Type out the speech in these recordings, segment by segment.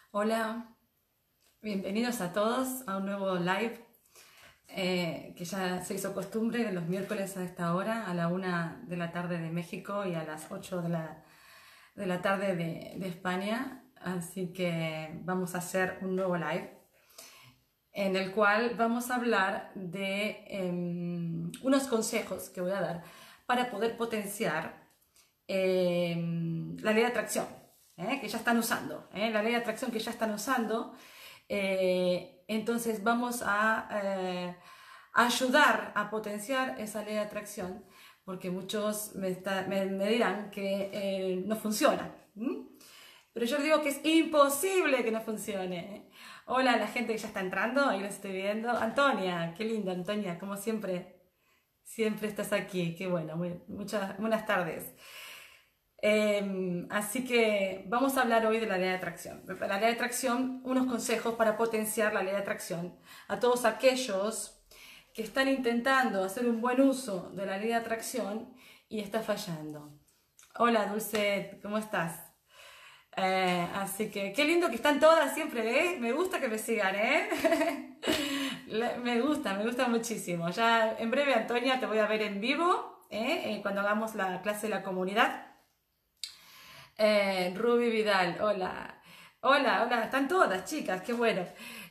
Hola, bienvenidos a todos a un nuevo live que ya se hizo costumbre de los miércoles a esta hora, a la 1 de la tarde de México y a las 8 de la tarde de España. Así que vamos a hacer un nuevo live en el cual vamos a hablar de unos consejos que voy a dar para poder potenciar la ley de atracción que ya están usando, la ley de atracción que ya están usando. Entonces vamos a ayudar a potenciar esa ley de atracción, porque muchos me dirán que no funciona. Pero yo digo que es imposible que no funcione. Hola a la gente que ya está entrando, ahí lo estoy viendo. Antonia, qué linda Antonia, como siempre, siempre estás aquí. Qué bueno, muchas buenas tardes. Así que vamos a hablar hoy de la ley de atracción. La ley de atracción, unos consejos para potenciar la ley de atracción a todos aquellos que están intentando hacer un buen uso de la ley de atracción y está fallando. Hola Dulce, ¿cómo estás? Así que qué lindo que están todas siempre, ¿eh? Me gusta que me sigan, ¿eh? Me gusta muchísimo. Ya en breve, Antonia, te voy a ver en vivo, cuando hagamos la clase de la comunidad. Ruby Vidal, hola. Hola, hola, están todas chicas, qué bueno.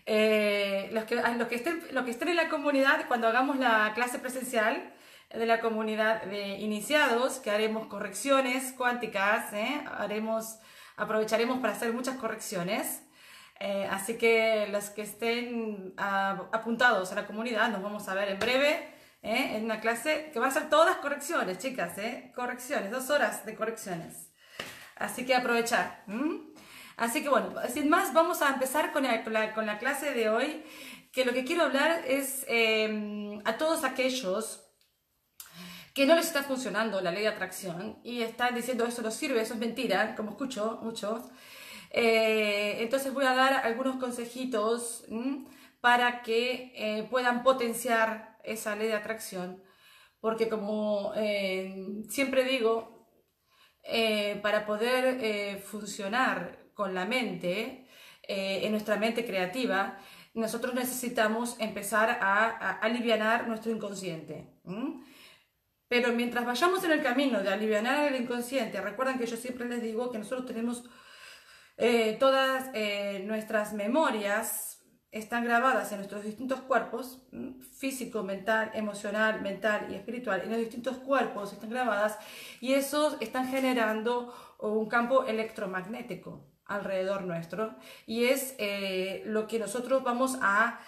Los que estén en la comunidad, cuando hagamos la clase presencial de la comunidad de iniciados, que haremos correcciones cuánticas, aprovecharemos para hacer muchas correcciones. Así que los que estén apuntados a la comunidad, nos vamos a ver en breve. En una clase que va a ser todas correcciones, chicas, correcciones, 2 horas de correcciones. Así que aprovechar. Así que bueno, sin más, vamos a empezar con la clase de hoy, que lo que quiero hablar es a todos aquellos que no les está funcionando la ley de atracción y están diciendo eso no sirve, eso es mentira, como escucho muchos. Entonces voy a dar algunos consejitos para que puedan potenciar esa ley de atracción, porque como siempre digo, para poder funcionar con la mente, en nuestra mente creativa, nosotros necesitamos empezar a alivianar nuestro inconsciente. Pero mientras vayamos en el camino de alivianar el inconsciente, recuerden que yo siempre les digo que nosotros tenemos todas nuestras memorias están grabadas en nuestros distintos cuerpos, físico, mental, emocional, mental y espiritual, en los distintos cuerpos están grabadas y esos están generando un campo electromagnético alrededor nuestro y es lo que nosotros vamos a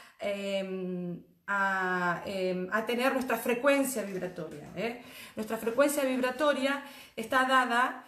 tener nuestra frecuencia vibratoria. Nuestra frecuencia vibratoria está dada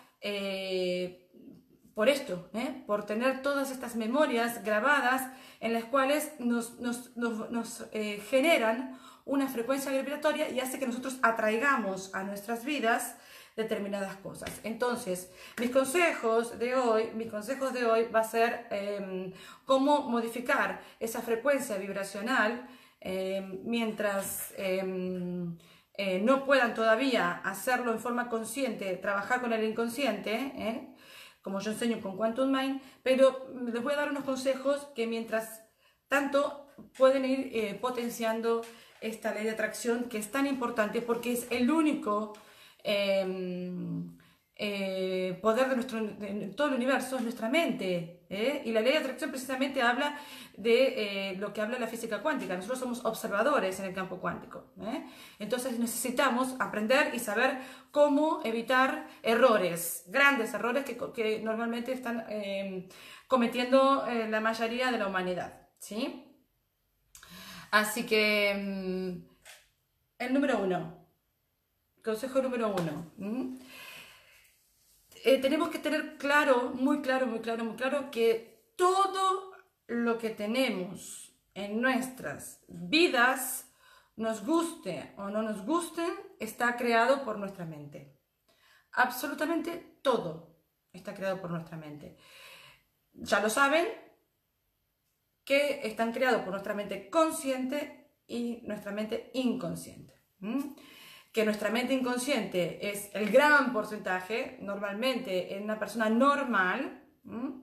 por esto, por tener todas estas memorias grabadas en las cuales nos generan una frecuencia vibratoria y hace que nosotros atraigamos a nuestras vidas determinadas cosas. Entonces, mis consejos de hoy va a ser cómo modificar esa frecuencia vibracional mientras no puedan todavía hacerlo en forma consciente, trabajar con el inconsciente, como yo enseño con Quantum Mind, pero les voy a dar unos consejos que mientras tanto pueden ir potenciando esta ley de atracción que es tan importante porque es el único poder de todo el universo, es nuestra mente. Y la ley de atracción precisamente habla de lo que habla la física cuántica. Nosotros somos observadores en el campo cuántico. Entonces necesitamos aprender y saber cómo evitar errores, grandes errores que normalmente están cometiendo la mayoría de la humanidad. ¿Sí? Así que el número 1, consejo número 1. Tenemos que tener claro, muy claro, que todo lo que tenemos en nuestras vidas, nos guste o no nos guste, está creado por nuestra mente. Absolutamente todo está creado por nuestra mente. Ya lo saben, que están creados por nuestra mente consciente y nuestra mente inconsciente. Que nuestra mente inconsciente es el gran porcentaje, normalmente en una persona normal,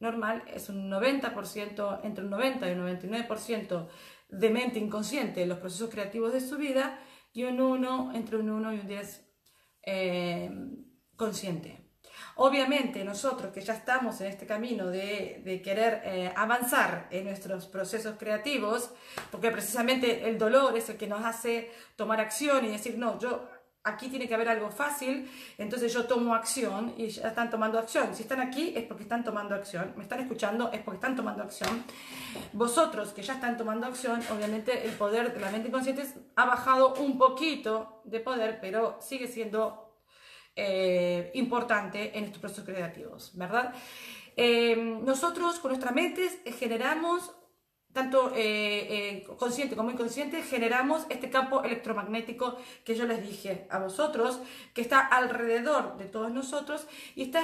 normal es un 90%, entre un 90 y un 99% de mente inconsciente en los procesos creativos de su vida, y entre un 1 y un 10 consciente. Obviamente nosotros que ya estamos en este camino de querer avanzar en nuestros procesos creativos, porque precisamente el dolor es el que nos hace tomar acción y decir, no, aquí tiene que haber algo fácil, entonces yo tomo acción y ya están tomando acción. Si están aquí es porque están tomando acción, me están escuchando es porque están tomando acción. Vosotros que ya están tomando acción, obviamente el poder de la mente inconsciente ha bajado un poquito de poder, pero sigue siendo importante en estos procesos creativos, ¿verdad? Nosotros con nuestra mente generamos, tanto consciente como inconsciente, generamos este campo electromagnético que yo les dije a vosotros, que está alrededor de todos nosotros y está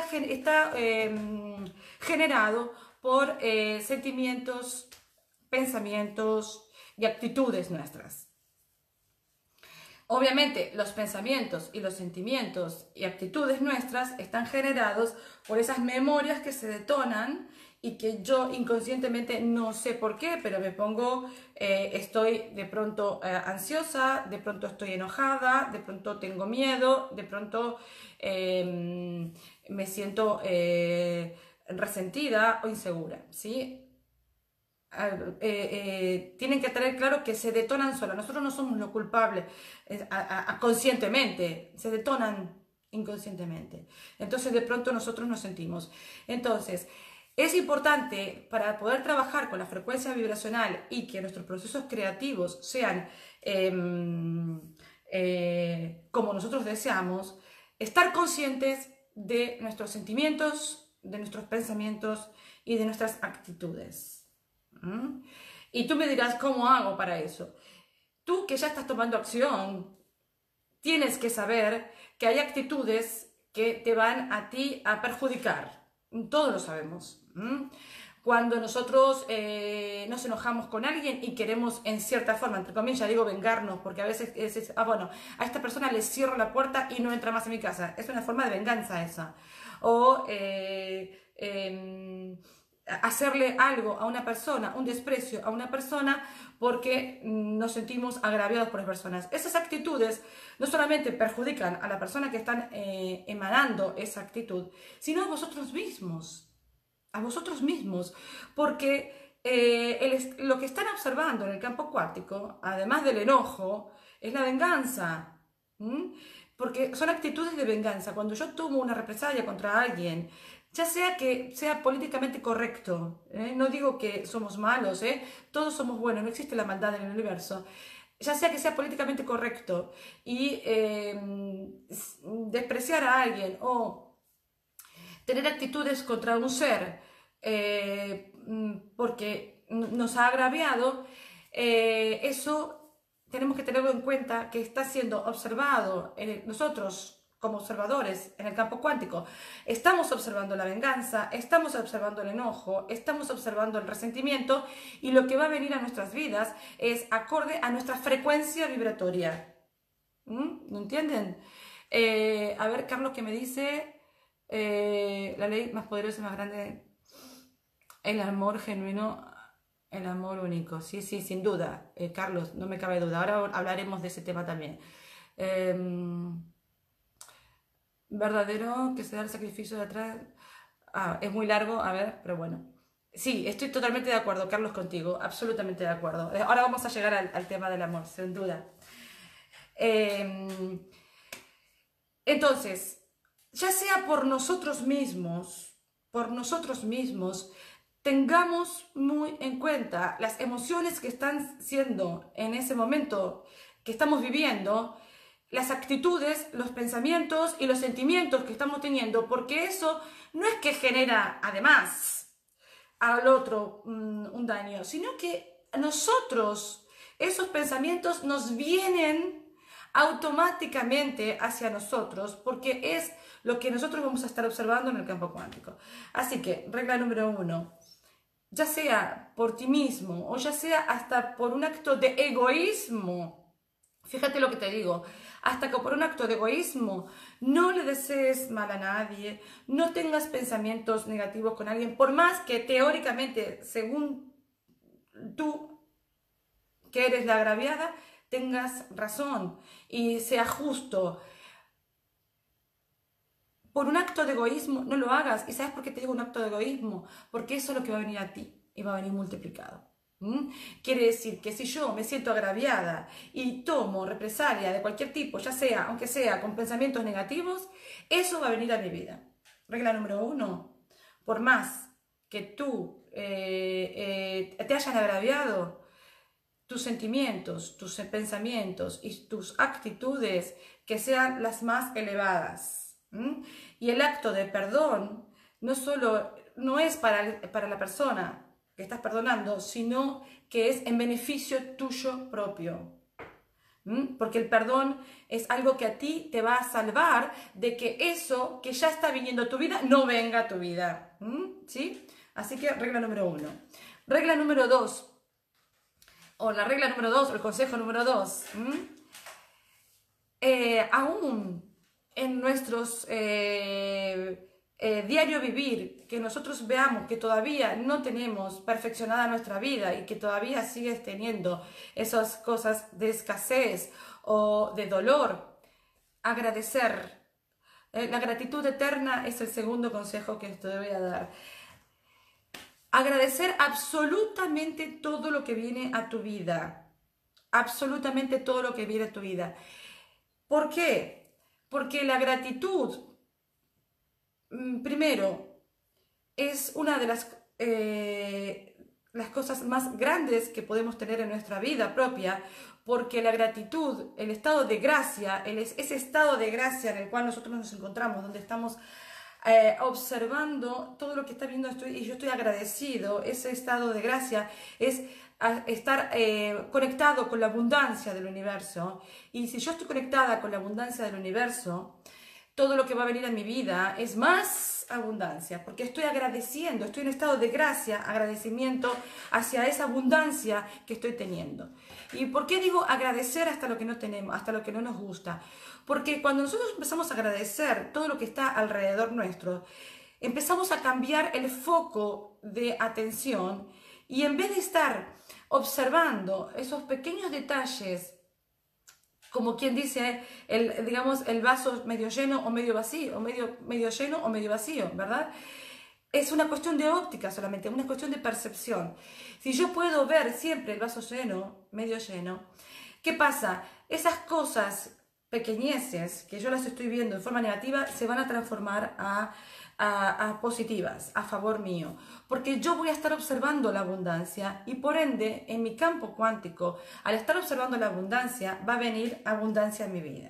generado por sentimientos, pensamientos y actitudes nuestras. Obviamente, los pensamientos y los sentimientos y actitudes nuestras están generados por esas memorias que se detonan y que yo inconscientemente no sé por qué, pero me pongo, estoy de pronto ansiosa, de pronto estoy enojada, de pronto tengo miedo, de pronto me siento resentida o insegura, ¿sí? Tienen que tener claro que se detonan solas. Nosotros no somos los culpables conscientemente, se detonan inconscientemente. Entonces de pronto nosotros nos sentimos. Entonces es importante para poder trabajar con la frecuencia vibracional y que nuestros procesos creativos sean como nosotros deseamos, estar conscientes de nuestros sentimientos, de nuestros pensamientos y de nuestras actitudes. Y tú me dirás, ¿cómo hago para eso? Tú que ya estás tomando acción, tienes que saber que hay actitudes que te van a ti a perjudicar. Todos lo sabemos. Cuando nosotros nos enojamos con alguien y queremos, en cierta forma, entre comillas, digo vengarnos, porque a veces es, bueno, a esta persona le cierro la puerta y no entra más en mi casa. Es una forma de venganza esa. O hacerle algo a una persona, un desprecio a una persona porque nos sentimos agraviados por las personas. Esas actitudes no solamente perjudican a la persona que están emanando esa actitud, sino a vosotros mismos, porque lo que están observando en el campo cuántico, además del enojo, es la venganza. Porque son actitudes de venganza. Cuando yo tomo una represalia contra alguien, ya sea que sea políticamente correcto, no digo que somos malos, todos somos buenos, no existe la maldad en el universo, ya sea que sea políticamente correcto y despreciar a alguien o tener actitudes contra un ser porque nos ha agraviado, eso tenemos que tenerlo en cuenta, que está siendo observado nosotros como observadores en el campo cuántico. Estamos observando la venganza, estamos observando el enojo, estamos observando el resentimiento, y lo que va a venir a nuestras vidas es acorde a nuestra frecuencia vibratoria. ¿No entienden? A ver, Carlos, ¿qué me dice? La ley más poderosa y más grande, el amor genuino, el amor único. Sí, sí, sin duda, Carlos, no me cabe duda. Ahora hablaremos de ese tema también. Verdadero que se da el sacrificio de atrás. Es muy largo, a ver, pero bueno. Sí, estoy totalmente de acuerdo, Carlos, contigo, absolutamente de acuerdo. Ahora vamos a llegar al tema del amor, sin duda. Entonces, ya sea por nosotros mismos, tengamos muy en cuenta las emociones que están siendo en ese momento que estamos viviendo, las actitudes, los pensamientos y los sentimientos que estamos teniendo, porque eso no es que genera además al otro un daño, sino que nosotros, esos pensamientos nos vienen automáticamente hacia nosotros, porque es lo que nosotros vamos a estar observando en el campo cuántico. Así que, regla número 1, ya sea por ti mismo o ya sea hasta por un acto de egoísmo, fíjate lo que te digo, hasta que por un acto de egoísmo no le desees mal a nadie, no tengas pensamientos negativos con alguien, por más que teóricamente, según tú, que eres la agraviada, tengas razón y sea justo. Por un acto de egoísmo no lo hagas. ¿Y sabes por qué te digo un acto de egoísmo? Porque eso es lo que va a venir a ti y va a venir multiplicado. Quiere decir que si yo me siento agraviada y tomo represalia de cualquier tipo, ya sea, aunque sea con pensamientos negativos, eso va a venir a mi vida. Regla número 1, por más que tú te hayan agraviado, tus sentimientos, tus pensamientos y tus actitudes que sean las más elevadas. Y el acto de perdón no es para la persona que estás perdonando, sino que es en beneficio tuyo propio. Porque el perdón es algo que a ti te va a salvar de que eso que ya está viniendo a tu vida no venga a tu vida. ¿Sí? Así que regla número 1. Regla número 2. O la regla número 2, o el consejo número 2. Aún en nuestros diario vivir, que nosotros veamos que todavía no tenemos perfeccionada nuestra vida y que todavía sigues teniendo esas cosas de escasez o de dolor, agradecer. La gratitud eterna es el segundo consejo que te voy a dar. Agradecer absolutamente todo lo que viene a tu vida. Absolutamente todo lo que viene a tu vida. ¿Por qué? Porque la gratitud, primero, es una de las cosas más grandes que podemos tener en nuestra vida propia, porque la gratitud, el estado de gracia, ese estado de gracia en el cual nosotros nos encontramos, donde estamos observando todo lo que está viendo y yo estoy agradecido, ese estado de gracia es estar conectado con la abundancia del universo. Y si yo estoy conectada con la abundancia del universo, todo lo que va a venir a mi vida es más abundancia, porque estoy agradeciendo, estoy en estado de gracia, agradecimiento hacia esa abundancia que estoy teniendo. ¿Y por qué digo agradecer hasta lo que no tenemos, hasta lo que no nos gusta? Porque cuando nosotros empezamos a agradecer todo lo que está alrededor nuestro, empezamos a cambiar el foco de atención y en vez de estar observando esos pequeños detalles, como quien dice, digamos, el vaso medio lleno o medio vacío, o medio lleno o medio vacío, ¿verdad? Es una cuestión de óptica solamente, una cuestión de percepción. Si yo puedo ver siempre el vaso lleno, medio lleno, ¿qué pasa? Esas cosas pequeñeces que yo las estoy viendo de forma negativa se van a transformar a positivas, a favor mío, porque yo voy a estar observando la abundancia y por ende en mi campo cuántico, al estar observando la abundancia, va a venir abundancia en mi vida.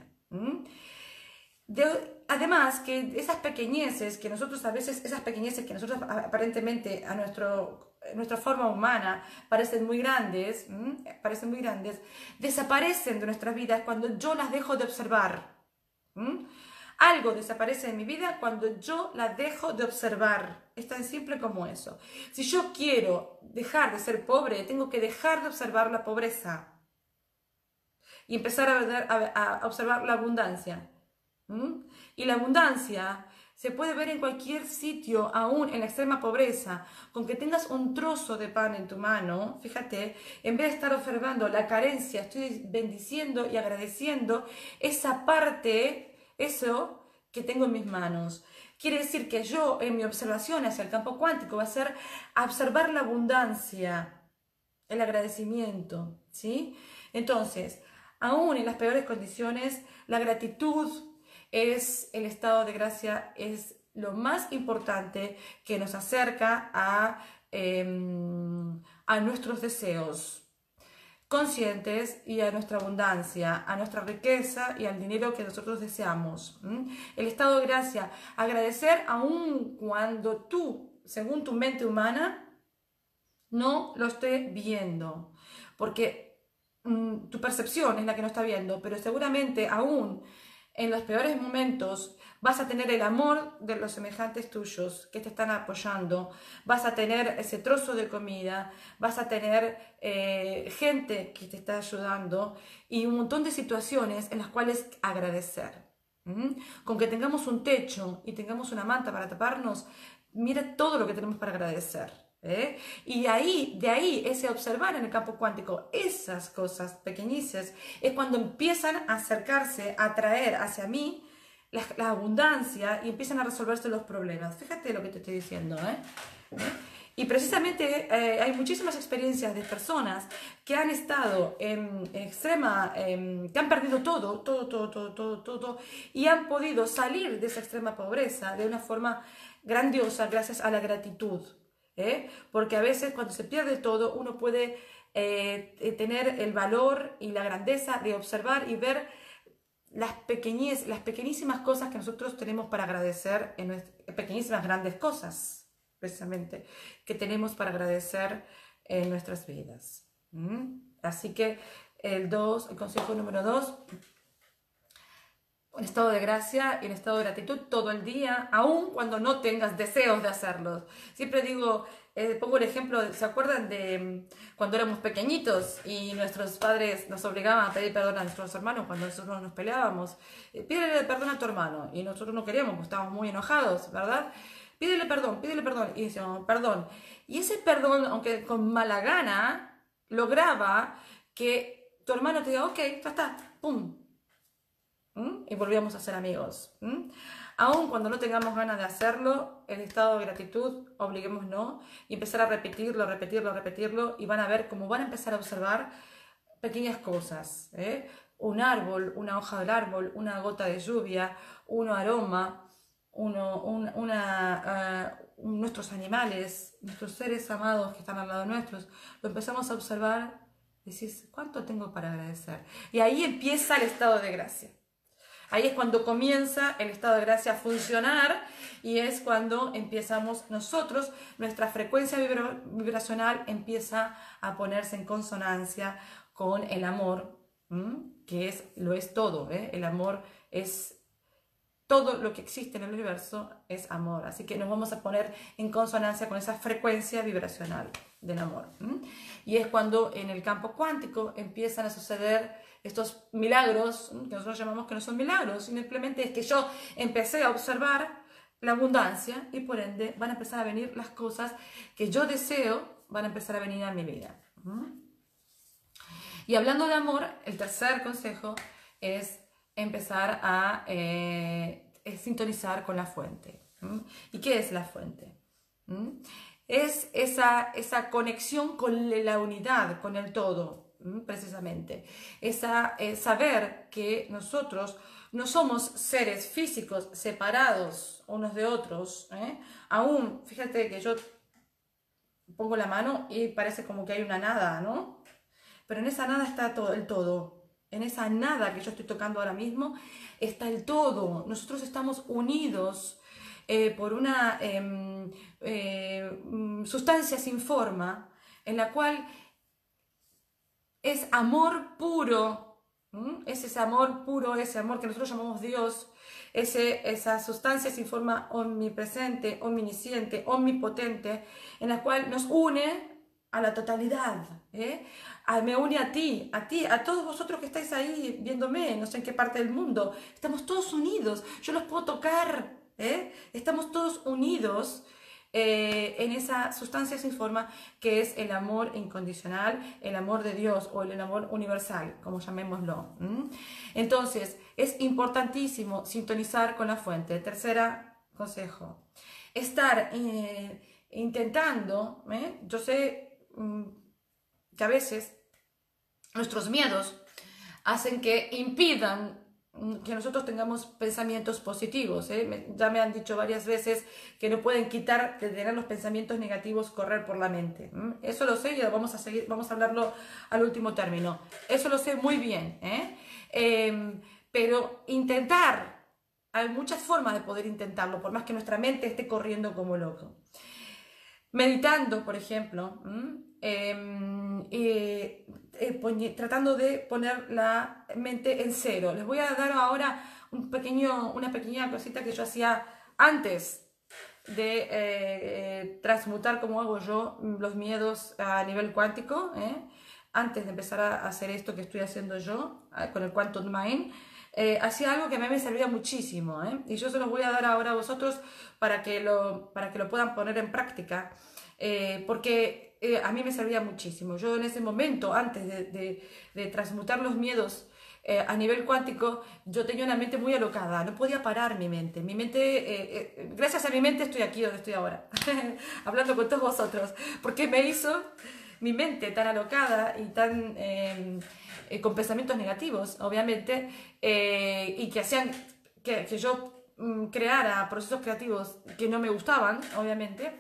Además que esas pequeñeces que nosotros a veces, aparentemente a nuestra forma humana parecen muy grandes, desaparecen de nuestras vidas cuando yo las dejo de observar. Algo desaparece de mi vida cuando yo la dejo de observar. Es tan simple como eso. Si yo quiero dejar de ser pobre, tengo que dejar de observar la pobreza y empezar a observar la abundancia. Y la abundancia se puede ver en cualquier sitio, aún en la extrema pobreza. Con que tengas un trozo de pan en tu mano, fíjate, en vez de estar observando la carencia, estoy bendiciendo y agradeciendo esa parte, eso que tengo en mis manos. Quiere decir que yo, en mi observación hacia el campo cuántico, va a ser observar la abundancia, el agradecimiento, ¿sí? Entonces, aún en las peores condiciones, la gratitud es el estado de gracia, es lo más importante que nos acerca a nuestros deseos conscientes y a nuestra abundancia, a nuestra riqueza y al dinero que nosotros deseamos. El estado de gracia, agradecer aun cuando tú, según tu mente humana, no lo esté viendo, porque tu percepción es la que no está viendo, pero seguramente aún en los peores momentos vas a tener el amor de los semejantes tuyos que te están apoyando, vas a tener ese trozo de comida, vas a tener gente que te está ayudando y un montón de situaciones en las cuales agradecer. Con que tengamos un techo y tengamos una manta para taparnos, mira todo lo que tenemos para agradecer. Y de ahí, ese observar en el campo cuántico, esas cosas pequeñices, es cuando empiezan a acercarse, a atraer hacia mí la abundancia y empiezan a resolverse los problemas. Fíjate lo que te estoy diciendo, Y precisamente hay muchísimas experiencias de personas que han estado en extrema, que han perdido todo, y han podido salir de esa extrema pobreza de una forma grandiosa gracias a la gratitud. Porque a veces cuando se pierde todo uno puede tener el valor y la grandeza de observar y ver las pequeñísimas cosas que nosotros tenemos para agradecer, pequeñísimas grandes cosas precisamente que tenemos para agradecer en nuestras vidas. Así que el consejo número 2, un estado de gracia y un estado de gratitud todo el día, aun cuando no tengas deseos de hacerlos. Siempre digo, pongo el ejemplo, ¿se acuerdan de cuando éramos pequeñitos y nuestros padres nos obligaban a pedir perdón a nuestros hermanos cuando nosotros nos peleábamos? Pídele perdón a tu hermano, y nosotros no queríamos, porque estábamos muy enojados, ¿verdad? Pídele perdón, y decíamos, perdón. Y ese perdón, aunque con mala gana, lograba que tu hermano te diga, ok, ya está, pum, y volvíamos a ser amigos. Aun cuando no tengamos ganas de hacerlo, el estado de gratitud, obliguémonos y empezar a repetirlo, y van a ver cómo van a empezar a observar pequeñas cosas. Un árbol, una hoja del árbol, una gota de lluvia, un aroma, nuestros animales, nuestros seres amados que están al lado nuestros, lo empezamos a observar y decís, ¿cuánto tengo para agradecer? Y ahí empieza el estado de gracia. Ahí es cuando comienza el estado de gracia a funcionar y es cuando empezamos nosotros, nuestra frecuencia vibracional empieza a ponerse en consonancia con el amor, que lo es todo. El amor es todo lo que existe en el universo, es amor. Así que nos vamos a poner en consonancia con esa frecuencia vibracional del amor. Y es cuando en el campo cuántico empiezan a suceder estos milagros, que nosotros llamamos que no son milagros, simplemente es que yo empecé a observar la abundancia y por ende van a empezar a venir las cosas que yo deseo, van a empezar a venir a mi vida. Y hablando de amor, el tercer consejo es empezar a sintonizar con la fuente. ¿Y qué es la fuente? Es esa conexión con la unidad, con el todo, precisamente. Saber que nosotros no somos seres físicos separados unos de otros. Aún, fíjate que yo pongo la mano y parece como que hay una nada, ¿no? Pero en esa nada está el todo. En esa nada que yo estoy tocando ahora mismo está el todo. Nosotros estamos unidos por una sustancia sin forma, en la cual es amor puro. Es ese amor puro, ese amor que nosotros llamamos Dios, esa sustancia sin forma omnipresente, omnisciente, omnipotente, en la cual nos une a la totalidad. Me une a ti, a todos vosotros que estáis ahí viéndome, no sé en qué parte del mundo. Estamos todos unidos, yo los puedo tocar, estamos todos unidos en esa sustancia sin forma que es el amor incondicional, el amor de Dios o el amor universal, como llamémoslo. Entonces, es importantísimo sintonizar con la fuente. Tercera consejo, estar intentando, yo sé que a veces nuestros miedos hacen que impidan que nosotros tengamos pensamientos positivos. Ya me han dicho varias veces que no pueden quitar de tener los pensamientos negativos correr por la mente. Eso lo sé y vamos a hablarlo al último término. Eso lo sé muy bien. Pero hay muchas formas de poder intentarlo, por más que nuestra mente esté corriendo como loco. meditando, por ejemplo, tratando de poner la mente en cero. Les voy a dar ahora una pequeña cosita que yo hacía antes de transmutar, como hago yo, los miedos a nivel cuántico, antes de empezar a hacer esto que estoy haciendo yo con el Quantum Mind. Hacía algo que a mí me servía muchísimo, y yo se los voy a dar ahora a vosotros para que lo puedan poner en práctica, porque a mí me servía muchísimo. Yo en ese momento, antes de transmutar los miedos a nivel cuántico, yo tenía una mente muy alocada, no podía parar mi mente. Gracias a mi mente estoy aquí donde estoy ahora, hablando con todos vosotros, porque me hizo mi mente tan alocada y tan con pensamientos negativos, obviamente, y que hacían que yo creara procesos creativos que no me gustaban, obviamente.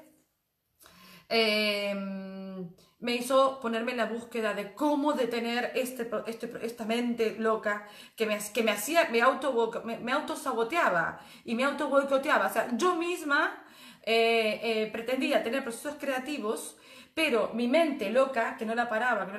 Me hizo ponerme en la búsqueda de cómo detener esta mente loca que me autosaboteaba y me auto boicoteaba. O sea, yo misma pretendía tener procesos creativos, pero mi mente loca, que no la paraba,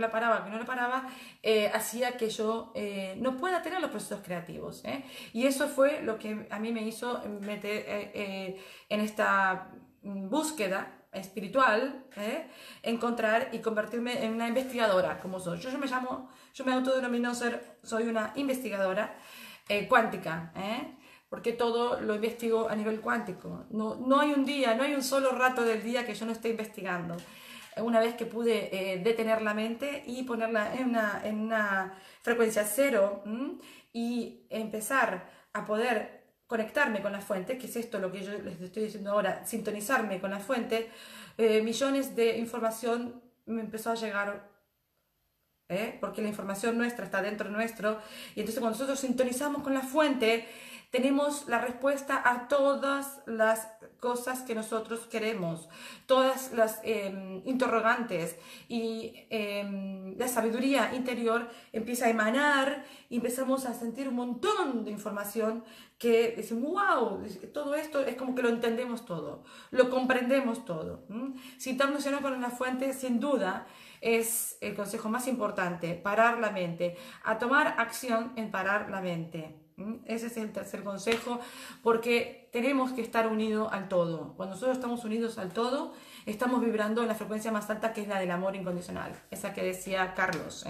hacía que yo no pueda tener los procesos creativos. Y eso fue lo que a mí me hizo meter en esta búsqueda espiritual, encontrar y convertirme en una investigadora, como soy. Yo me autodenomino soy una investigadora cuántica, porque todo lo investigo a nivel cuántico. No hay un día, no hay un solo rato del día que yo no esté investigando. Una vez que pude detener la mente y ponerla en una frecuencia cero, y empezar a poder conectarme con la fuente, que es esto lo que yo les estoy diciendo ahora, sintonizarme con la fuente, millones de información me empezó a llegar, porque la información nuestra está dentro nuestro, y entonces cuando nosotros sintonizamos con la fuente, tenemos la respuesta a todas las cosas que nosotros queremos, todas las interrogantes, y la sabiduría interior empieza a emanar y empezamos a sentir un montón de información que decimos, wow, todo esto es como que lo entendemos todo, lo comprendemos todo. Sintonizarnos con la fuente, sin duda, es el consejo más importante, parar la mente, a tomar acción en parar la mente. Ese es el tercer consejo, porque tenemos que estar unidos al todo. Cuando nosotros estamos unidos al todo, estamos vibrando en la frecuencia más alta, que es la del amor incondicional, esa que decía Carlos.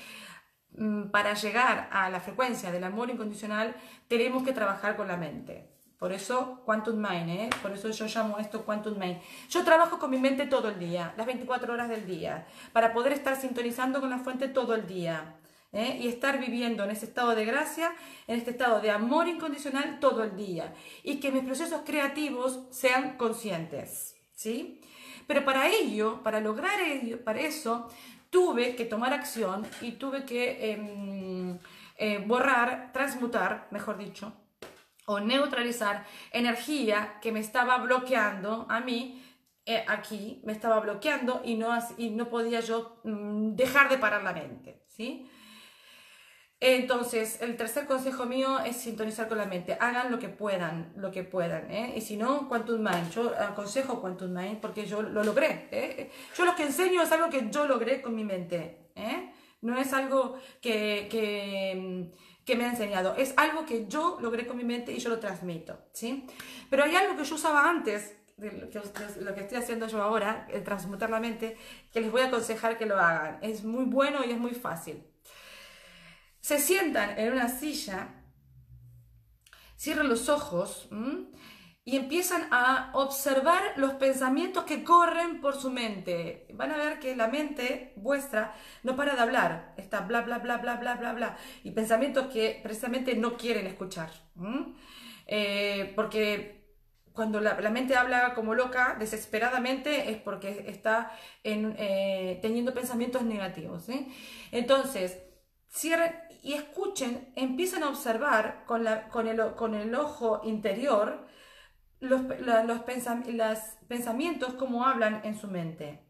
Para llegar a la frecuencia del amor incondicional, tenemos que trabajar con la mente. Por eso Quantum Mind, por eso yo llamo esto Quantum Mind. Yo trabajo con mi mente todo el día, las 24 horas del día, para poder estar sintonizando con la fuente todo el día. Y estar viviendo en ese estado de gracia, en este estado de amor incondicional todo el día. Y que mis procesos creativos sean conscientes, ¿sí? Pero para ello, para lograr ello, para eso, tuve que tomar acción y tuve que borrar, transmutar, mejor dicho, o neutralizar energía que me estaba bloqueando a mí, aquí, me estaba bloqueando y no podía yo dejar de parar la mente, ¿sí? Entonces, el tercer consejo mío es sintonizar con la mente. Hagan lo que puedan, Y si no, Quantum Mind. Yo aconsejo Quantum Mind porque yo lo logré, Yo lo que enseño es algo que yo logré con mi mente, No es algo que me ha enseñado. Es algo que yo logré con mi mente y yo lo transmito, ¿sí? Pero hay algo que yo usaba antes, de lo que estoy haciendo yo ahora, el transmutar la mente, que les voy a aconsejar que lo hagan. Es muy bueno y es muy fácil. Se sientan en una silla, cierran los ojos y empiezan a observar los pensamientos que corren por su mente. Van a ver que la mente vuestra no para de hablar, está bla, bla, bla, bla, bla, bla, bla, y pensamientos que precisamente no quieren escuchar. Porque cuando la mente habla como loca, desesperadamente, es porque está teniendo pensamientos negativos. Entonces, cierren y escuchen, empiezan a observar con el ojo interior los pensamientos como hablan en su mente.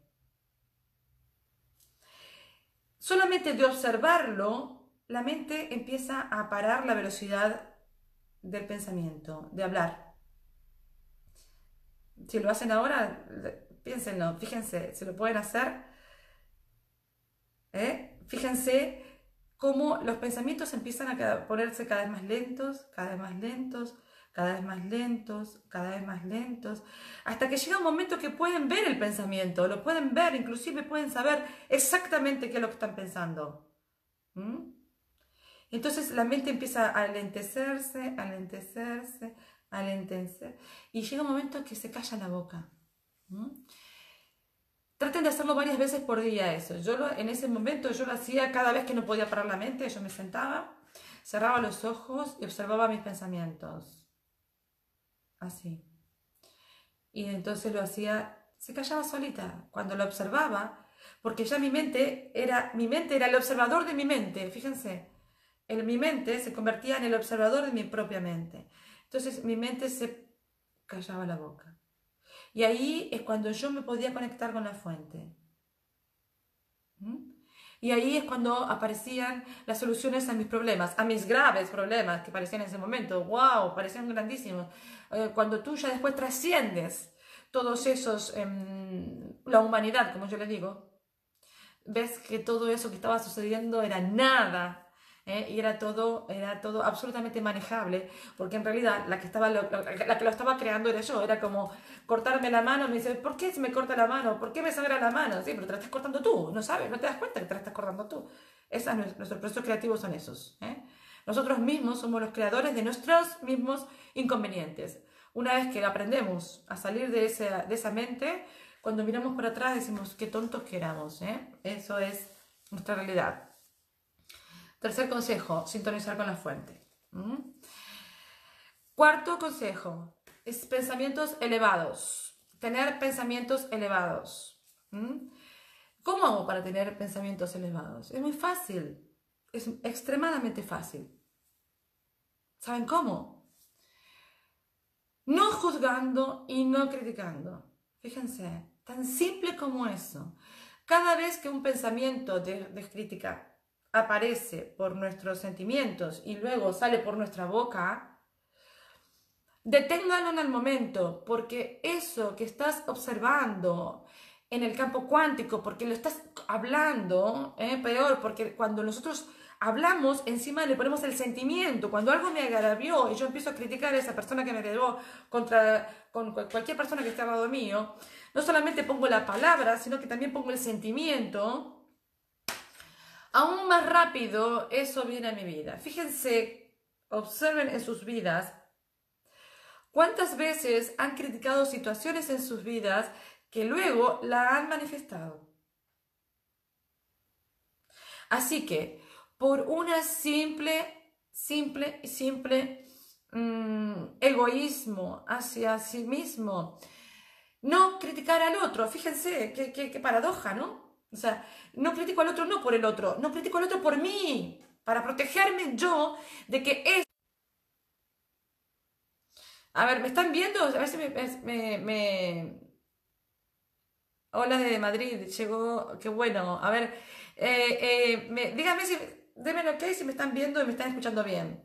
Solamente de observarlo, la mente empieza a parar la velocidad del pensamiento, de hablar. Si lo hacen ahora, piénsenlo, fíjense, si lo pueden hacer, fíjense cómo los pensamientos empiezan a ponerse cada vez más lentos, cada vez más lentos, cada vez más lentos, cada vez más lentos, hasta que llega un momento que pueden ver el pensamiento, lo pueden ver, inclusive pueden saber exactamente qué es lo que están pensando. Entonces la mente empieza a alentecerse, alentecerse, alentecer, y llega un momento que se calla la boca. Traten de hacerlo varias veces por día eso. En ese momento yo lo hacía cada vez que no podía parar la mente, yo me sentaba, cerraba los ojos y observaba mis pensamientos. Así. Y entonces lo hacía, se callaba solita. Cuando lo observaba, porque ya mi mente era el observador de mi mente, fíjense. Mi mente se convertía en el observador de mi propia mente. Entonces mi mente se callaba la boca. Y ahí es cuando yo me podía conectar con la fuente. Y ahí es cuando aparecían las soluciones a mis problemas, a mis graves problemas que parecían en ese momento. ¡Wow! Parecían grandísimos. Cuando tú ya después trasciendes todos esos, la humanidad, como yo les digo, ves que todo eso que estaba sucediendo era nada. Y era todo absolutamente manejable, porque en realidad la que lo estaba creando era yo. Era como cortarme la mano, me dice, ¿por qué se me corta la mano? ¿Por qué me sangra la mano? Sí, pero te la estás cortando tú, no sabes, no te das cuenta que te la estás cortando tú. Nuestros procesos creativos son esos. Nosotros mismos somos los creadores de nuestros mismos inconvenientes. Una vez que aprendemos a salir de esa mente, cuando miramos para atrás decimos, qué tontos que éramos. Eso es nuestra realidad. Tercer consejo, sintonizar con la fuente. Cuarto consejo, es pensamientos elevados. Tener pensamientos elevados. ¿Cómo hago para tener pensamientos elevados? Es muy fácil. Es extremadamente fácil. ¿Saben cómo? No juzgando y no criticando. Fíjense, tan simple como eso. Cada vez que un pensamiento de crítica aparece por nuestros sentimientos y luego sale por nuestra boca, deténganlo en el momento, porque eso que estás observando en el campo cuántico, porque lo estás hablando, peor, porque cuando nosotros hablamos, encima le ponemos el sentimiento. Cuando algo me agravió y yo empiezo a criticar a esa persona que me agravó con cualquier persona que esté al lado mío, no solamente pongo la palabra, sino que también pongo el sentimiento. Aún más rápido eso viene a mi vida. Fíjense, observen en sus vidas cuántas veces han criticado situaciones en sus vidas que luego la han manifestado. Así que, por una simple egoísmo hacia sí mismo, no criticar al otro. Fíjense, qué paradoja, ¿no? O sea, no critico al otro no por el otro, no critico al otro por mí, para protegerme yo de que es... A ver, ¿me están viendo? A ver si Hola desde Madrid, llegó, qué bueno. A ver, díganme si... Denme ok si me están viendo y me están escuchando bien.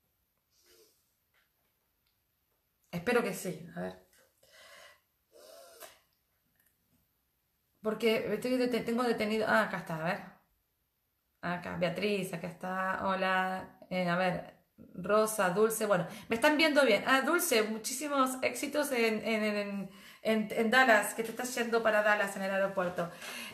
Espero que sí, a ver. Porque tengo detenido... Ah, acá está, a ver. Acá, Beatriz, acá está. Hola. A ver, Rosa, Dulce. Bueno, me están viendo bien. Ah, Dulce, muchísimos éxitos en Dallas, que te estás yendo para Dallas en el aeropuerto.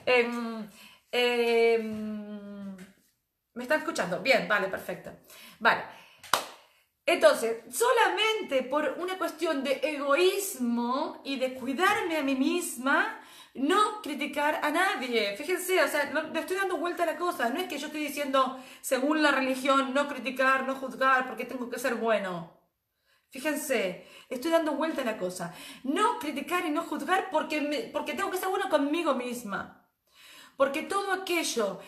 ¿Me están escuchando? Bien, vale, perfecto. Vale. Entonces, solamente por una cuestión de egoísmo y de cuidarme a mí misma, no criticar a nadie. Fíjense, o sea, le estoy dando vuelta a la cosa. No es que yo estoy diciendo, según la religión, no criticar, no juzgar, porque tengo que ser bueno. Fíjense, estoy dando vuelta a la cosa. No criticar y no juzgar porque tengo que ser bueno conmigo misma. Porque todo aquello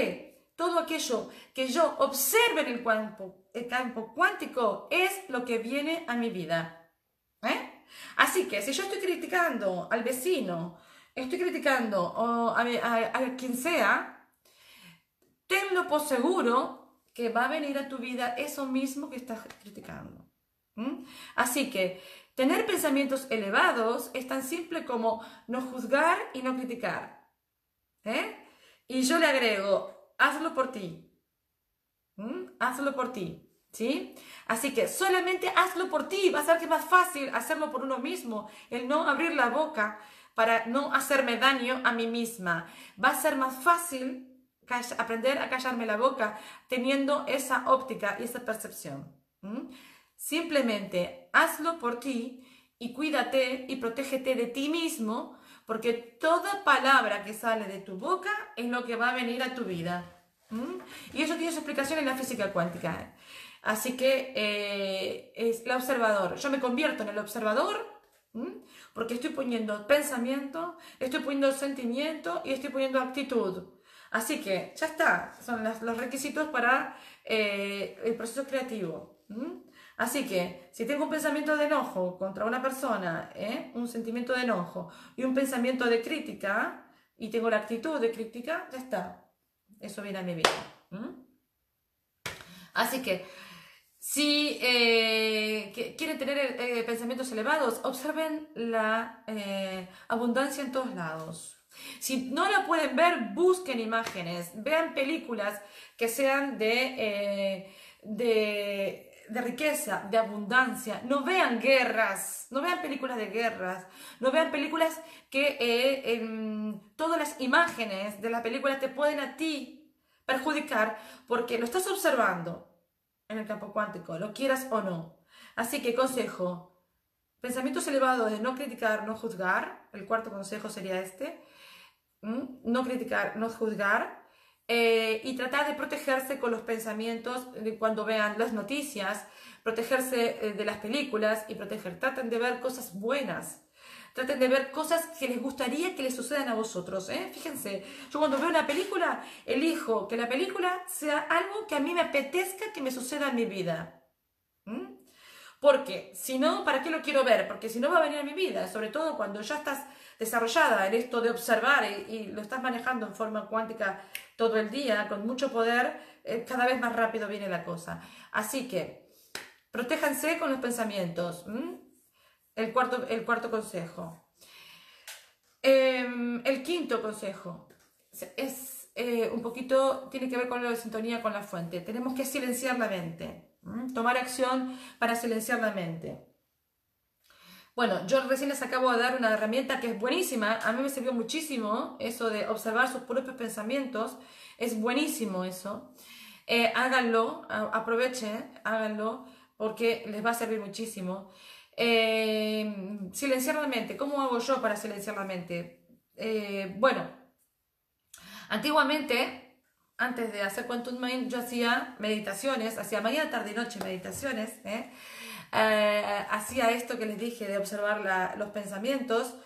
que yo observe en el campo cuántico es lo que viene a mi vida. Así que si yo estoy criticando al vecino, estoy criticando a quien sea, tenlo por seguro que va a venir a tu vida eso mismo que estás criticando. Así que Tener pensamientos elevados es tan simple como no juzgar y no criticar. Y yo le agrego, hazlo por ti. Hazlo por ti. ¿Sí? Así que solamente hazlo por ti. Va a ser que es más fácil hacerlo por uno mismo. El no abrir la boca para no hacerme daño a mí misma. Va a ser más fácil aprender a callarme la boca teniendo esa óptica y esa percepción. Simplemente hazlo por ti y cuídate y protégete de ti mismo, porque toda palabra que sale de tu boca es lo que va a venir a tu vida. Y eso tiene su explicación en la física cuántica. Así que es el observador. Yo me convierto en el observador porque estoy poniendo pensamiento, estoy poniendo sentimiento y estoy poniendo actitud. Así que ya está, son los requisitos para el proceso creativo. Así que si tengo un pensamiento de enojo contra una persona, un sentimiento de enojo y un pensamiento de crítica, y tengo la actitud de crítica, ya está. Eso viene a mi vida. Así que si quieren tener pensamientos elevados, observen la abundancia en todos lados. Si no la pueden ver, busquen imágenes, vean películas que sean de riqueza, de abundancia. No vean guerras, no vean películas de guerras, no vean películas que todas las imágenes de las películas te pueden a ti perjudicar porque lo estás observando en el campo cuántico, lo quieras o no. Así que consejo, pensamientos elevados de no criticar, no juzgar. El cuarto consejo sería este. No criticar, no juzgar. Y tratar de protegerse con los pensamientos cuando vean las noticias, protegerse de las películas y traten de ver cosas buenas. Traten de ver cosas que les gustaría que les sucedan a vosotros. Fíjense, yo cuando veo una película, elijo que la película sea algo que a mí me apetezca que me suceda en mi vida. Porque si no, ¿para qué lo quiero ver? Porque si no va a venir a mi vida, sobre todo cuando ya estás desarrollada en esto de observar y lo estás manejando en forma cuántica todo el día, con mucho poder, cada vez más rápido viene la cosa. Así que, protéjanse con los pensamientos. El cuarto consejo. El quinto consejo es un poquito, tiene que ver con la sintonía con la fuente. Tenemos que silenciar la mente. Tomar acción para silenciar la mente. Bueno, yo recién les acabo de dar una herramienta que es buenísima. A mí me sirvió muchísimo eso de observar sus propios pensamientos. Es buenísimo eso. Háganlo, aprovechen, háganlo, porque les va a servir muchísimo. Silenciar la mente. ¿Cómo hago yo para silenciar la mente? Bueno, antiguamente, antes de hacer Quantum Mind, yo hacía meditaciones, hacía mañana, tarde y noche meditaciones, hacía esto que les dije de observar los pensamientos,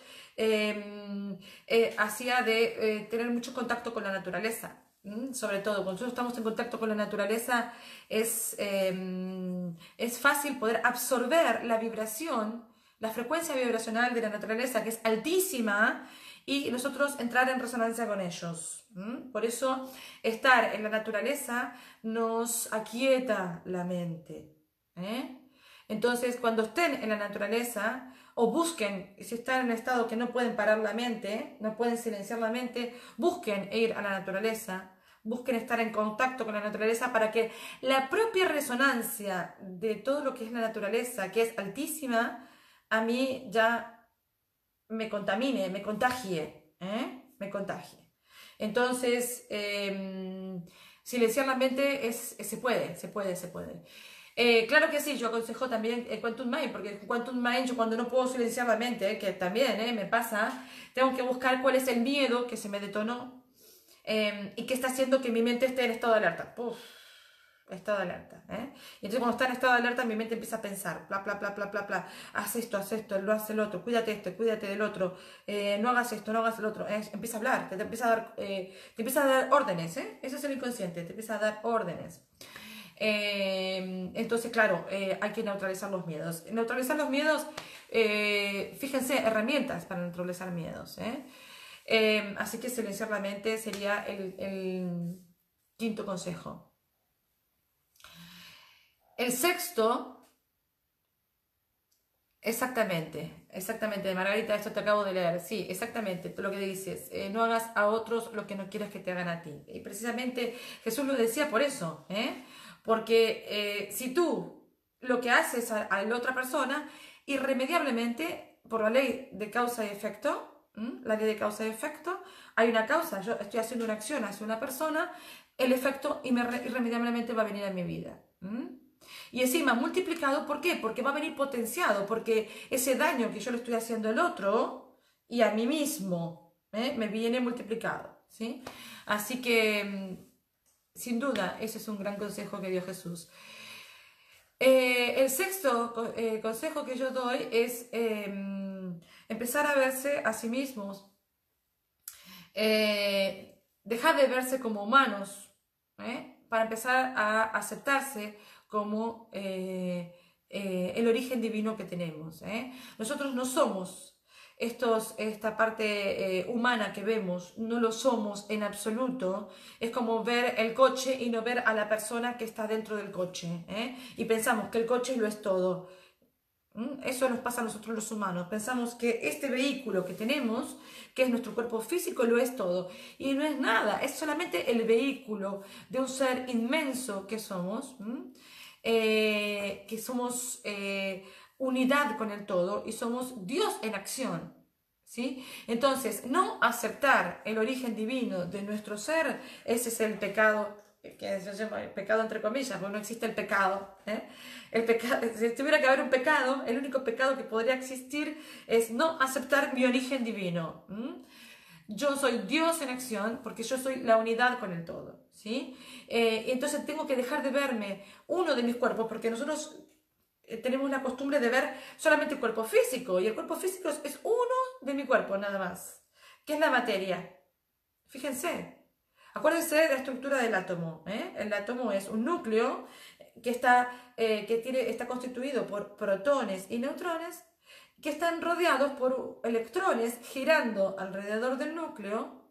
hacía de tener mucho contacto con la naturaleza. Sobre todo, cuando nosotros estamos en contacto con la naturaleza, es fácil poder absorber la vibración, la frecuencia vibracional de la naturaleza, que es altísima, y nosotros entrar en resonancia con ellos. Por eso, estar en la naturaleza nos aquieta la mente. Entonces, cuando estén en la naturaleza, o busquen, si están en un estado que no pueden parar la mente, no pueden silenciar la mente, busquen ir a la naturaleza, busquen estar en contacto con la naturaleza para que la propia resonancia de todo lo que es la naturaleza, que es altísima, a mí ya me contamine, me contagie, me contagie. Entonces, silenciar la mente se puede. Claro que sí, yo aconsejo también el Quantum Mind, porque el Quantum Mind, yo cuando no puedo silenciar la mente, que también me pasa, tengo que buscar cuál es el miedo que se me detonó y que está haciendo que mi mente esté en estado de alerta. Estado de alerta. Y entonces cuando está en estado de alerta, mi mente empieza a pensar, bla, bla, bla, bla, bla, bla, haz esto, lo hace el otro, cuídate esto, cuídate del otro, no hagas esto, no hagas el otro. Empieza a hablar, te empieza a dar órdenes, eso es el inconsciente, te empieza a dar órdenes. Entonces, claro, hay que neutralizar los miedos. Neutralizar los miedos, fíjense, herramientas para neutralizar miedos. Así que silenciar la mente sería el quinto consejo. El sexto Exactamente, exactamente, Margarita, esto te acabo de leer. Sí, exactamente, lo que dices. No hagas a otros lo que no quieras que te hagan a ti. Y precisamente Jesús lo decía por eso, ¿eh? Porque si tú lo que haces a la otra persona, irremediablemente, por la ley de causa y efecto, ¿m? La ley de causa y efecto, hay una causa, yo estoy haciendo una acción hacia una persona, el efecto irremediablemente va a venir a mi vida. ¿M? Y encima multiplicado, ¿por qué? Porque va a venir potenciado, porque ese daño que yo le estoy haciendo al otro y a mí mismo, me viene multiplicado, ¿sí? Así que, sin duda, ese es un gran consejo que dio Jesús. El sexto consejo que yo doy es empezar a verse a sí mismos, dejar de verse como humanos, para empezar a aceptarse como el origen divino que tenemos. Nosotros no somos esta parte humana que vemos, no lo somos en absoluto. Es como ver el coche y no ver a la persona que está dentro del coche, y pensamos que el coche lo es todo. Eso nos pasa a nosotros los humanos. Pensamos que este vehículo que tenemos, que es nuestro cuerpo físico, lo es todo. Y no es nada, es solamente el vehículo de un ser inmenso que somos unidad con el todo y somos Dios en acción. ¿Sí? Entonces, no aceptar el origen divino de nuestro ser, ese es el pecado, que se llama el pecado entre comillas, porque no existe el pecado. El pecado, si tuviera que haber un pecado, el único pecado que podría existir es no aceptar mi origen divino. Yo soy Dios en acción porque yo soy la unidad con el todo, ¿sí? Entonces tengo que dejar de verme uno de mis cuerpos, porque nosotros tenemos la costumbre de ver solamente el cuerpo físico, y el cuerpo físico es uno de mi cuerpo nada más, que es la materia. Fíjense, acuérdense de la estructura del átomo. El átomo es un núcleo que está constituido por protones y neutrones que están rodeados por electrones girando alrededor del núcleo,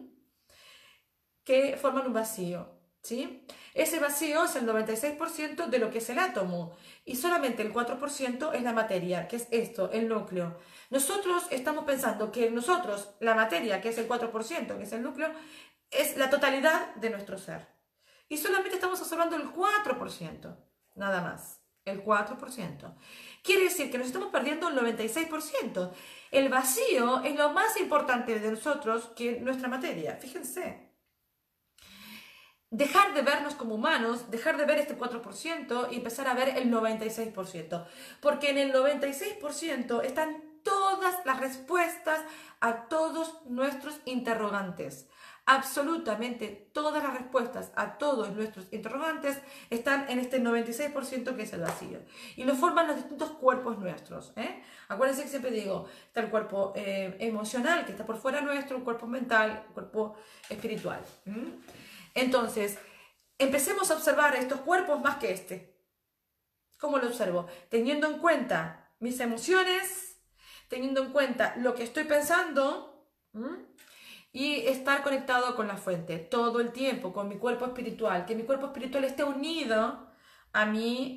que forman un vacío, ¿sí? Ese vacío es el 96% de lo que es el átomo y solamente el 4% es la materia, que es esto, el núcleo. Nosotros estamos pensando que nosotros, la materia, que es el 4%, que es el núcleo, es la totalidad de nuestro ser. Y solamente estamos observando el 4%, nada más. El 4%. Quiere decir que nos estamos perdiendo el 96%. El vacío es lo más importante de nosotros que nuestra materia. Fíjense. Dejar de vernos como humanos, dejar de ver este 4% y empezar a ver el 96%. Porque en el 96% están todas las respuestas a todos nuestros interrogantes. Absolutamente todas las respuestas a todos nuestros interrogantes están en este 96% que es el vacío. Y lo forman los distintos cuerpos nuestros. Acuérdense que siempre digo, está el cuerpo emocional que está por fuera nuestro, el cuerpo mental, el cuerpo espiritual. Entonces, empecemos a observar estos cuerpos más que este. ¿Cómo lo observo? Teniendo en cuenta mis emociones, teniendo en cuenta lo que estoy pensando, y estar conectado con la fuente todo el tiempo, con mi cuerpo espiritual, que mi cuerpo espiritual esté unido a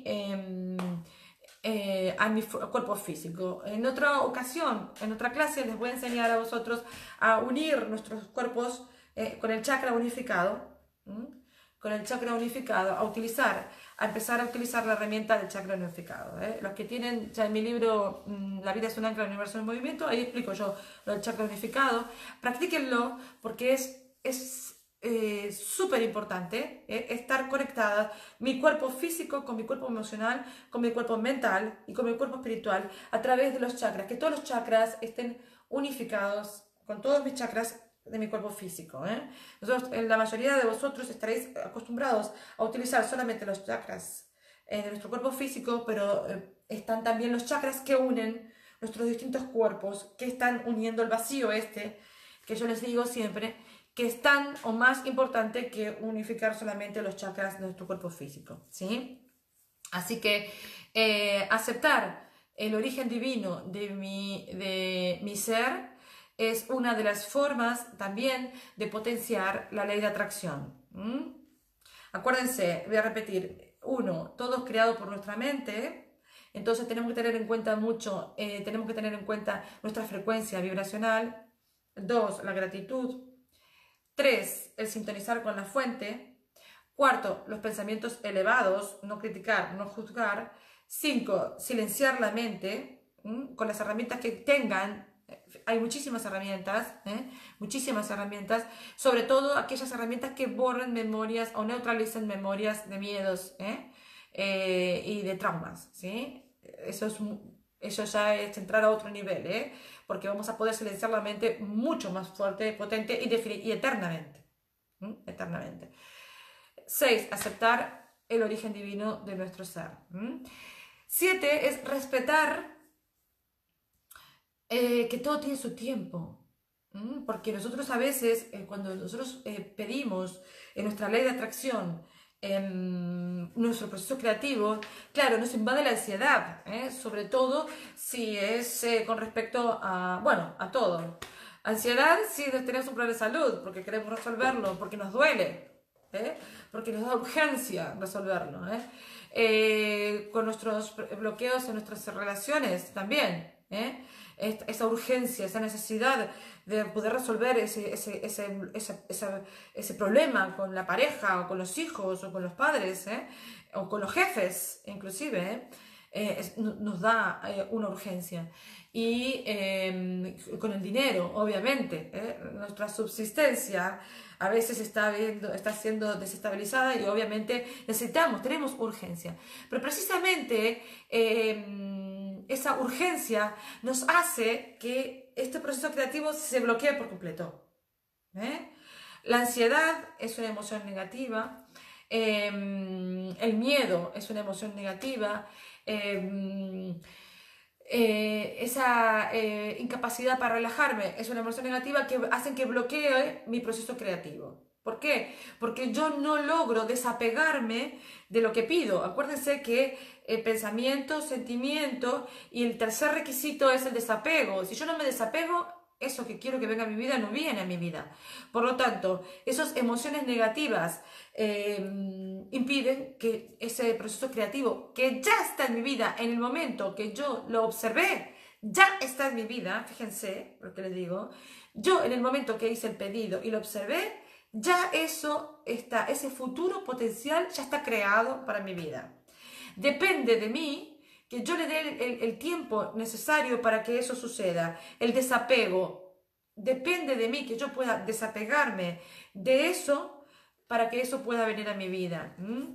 mi cuerpo físico. En otra ocasión, en otra clase, les voy a enseñar a vosotros a unir nuestros cuerpos con el chakra unificado. Con el chakra unificado, a empezar a utilizar la herramienta del chakra unificado. Los que tienen ya en mi libro La vida es un ancla, el universo en movimiento, ahí explico yo lo del chakra unificado. Practíquenlo porque es súper importante estar conectada mi cuerpo físico con mi cuerpo emocional, con mi cuerpo mental y con mi cuerpo espiritual a través de los chakras, que todos los chakras estén unificados con todos mis chakras de mi cuerpo físico. Nosotros, la mayoría de vosotros estaréis acostumbrados a utilizar solamente los chakras de nuestro cuerpo físico, pero están también los chakras que unen nuestros distintos cuerpos, que están uniendo el vacío que yo les digo siempre, que es tan o más importante que unificar solamente los chakras de nuestro cuerpo físico, ¿sí? Así que aceptar el origen divino de mi ser es una de las formas también de potenciar la ley de atracción. Acuérdense, voy a repetir, uno, todo es creado por nuestra mente, Entonces tenemos que tener en cuenta mucho, tenemos que tener en cuenta nuestra frecuencia vibracional. 2, la gratitud. 3, el sintonizar con la fuente. 4, los pensamientos elevados, no criticar, no juzgar. 5, silenciar la mente con las herramientas que tengan. Hay muchísimas herramientas, muchísimas herramientas, sobre todo aquellas herramientas que borren memorias o neutralicen memorias de miedos y de traumas, ¿sí? Eso ya es entrar a otro nivel, porque vamos a poder silenciar la mente mucho más fuerte, potente y eternamente. Eternamente. 6, aceptar el origen divino de nuestro ser. 7 es respetar que todo tiene su tiempo. Porque nosotros a veces, cuando nosotros pedimos en nuestra ley de atracción, nuestro proceso creativo, claro, nos invade la ansiedad, sobre todo si es con respecto a, bueno, a todo. Ansiedad si tenemos un problema de salud, porque queremos resolverlo, porque nos duele, porque nos da urgencia resolverlo. Con nuestros bloqueos en nuestras relaciones también. Esa urgencia, esa necesidad de poder resolver ese problema con la pareja o con los hijos o con los padres o con los jefes inclusive, nos da una urgencia. Y con el dinero, obviamente, nuestra subsistencia a veces está siendo desestabilizada y obviamente tenemos urgencia. Pero precisamente esa urgencia nos hace que este proceso creativo se bloquee por completo. La ansiedad es una emoción negativa, el miedo es una emoción negativa, esa incapacidad para relajarme es una emoción negativa que hacen que bloquee mi proceso creativo. ¿Por qué? Porque yo no logro desapegarme de lo que pido. Acuérdense que el pensamiento, sentimiento y el tercer requisito es el desapego. Si yo no me desapego, eso que quiero que venga a mi vida no viene a mi vida. Por lo tanto, esas emociones negativas impiden que ese proceso creativo que ya está en mi vida en el momento que yo lo observé, ya está en mi vida, fíjense lo que les digo, yo en el momento que hice el pedido y lo observé, ya eso está, ese futuro potencial ya está creado para mi vida. Depende de mí que yo le dé el tiempo necesario para que eso suceda. El desapego, depende de mí que yo pueda desapegarme de eso para que eso pueda venir a mi vida.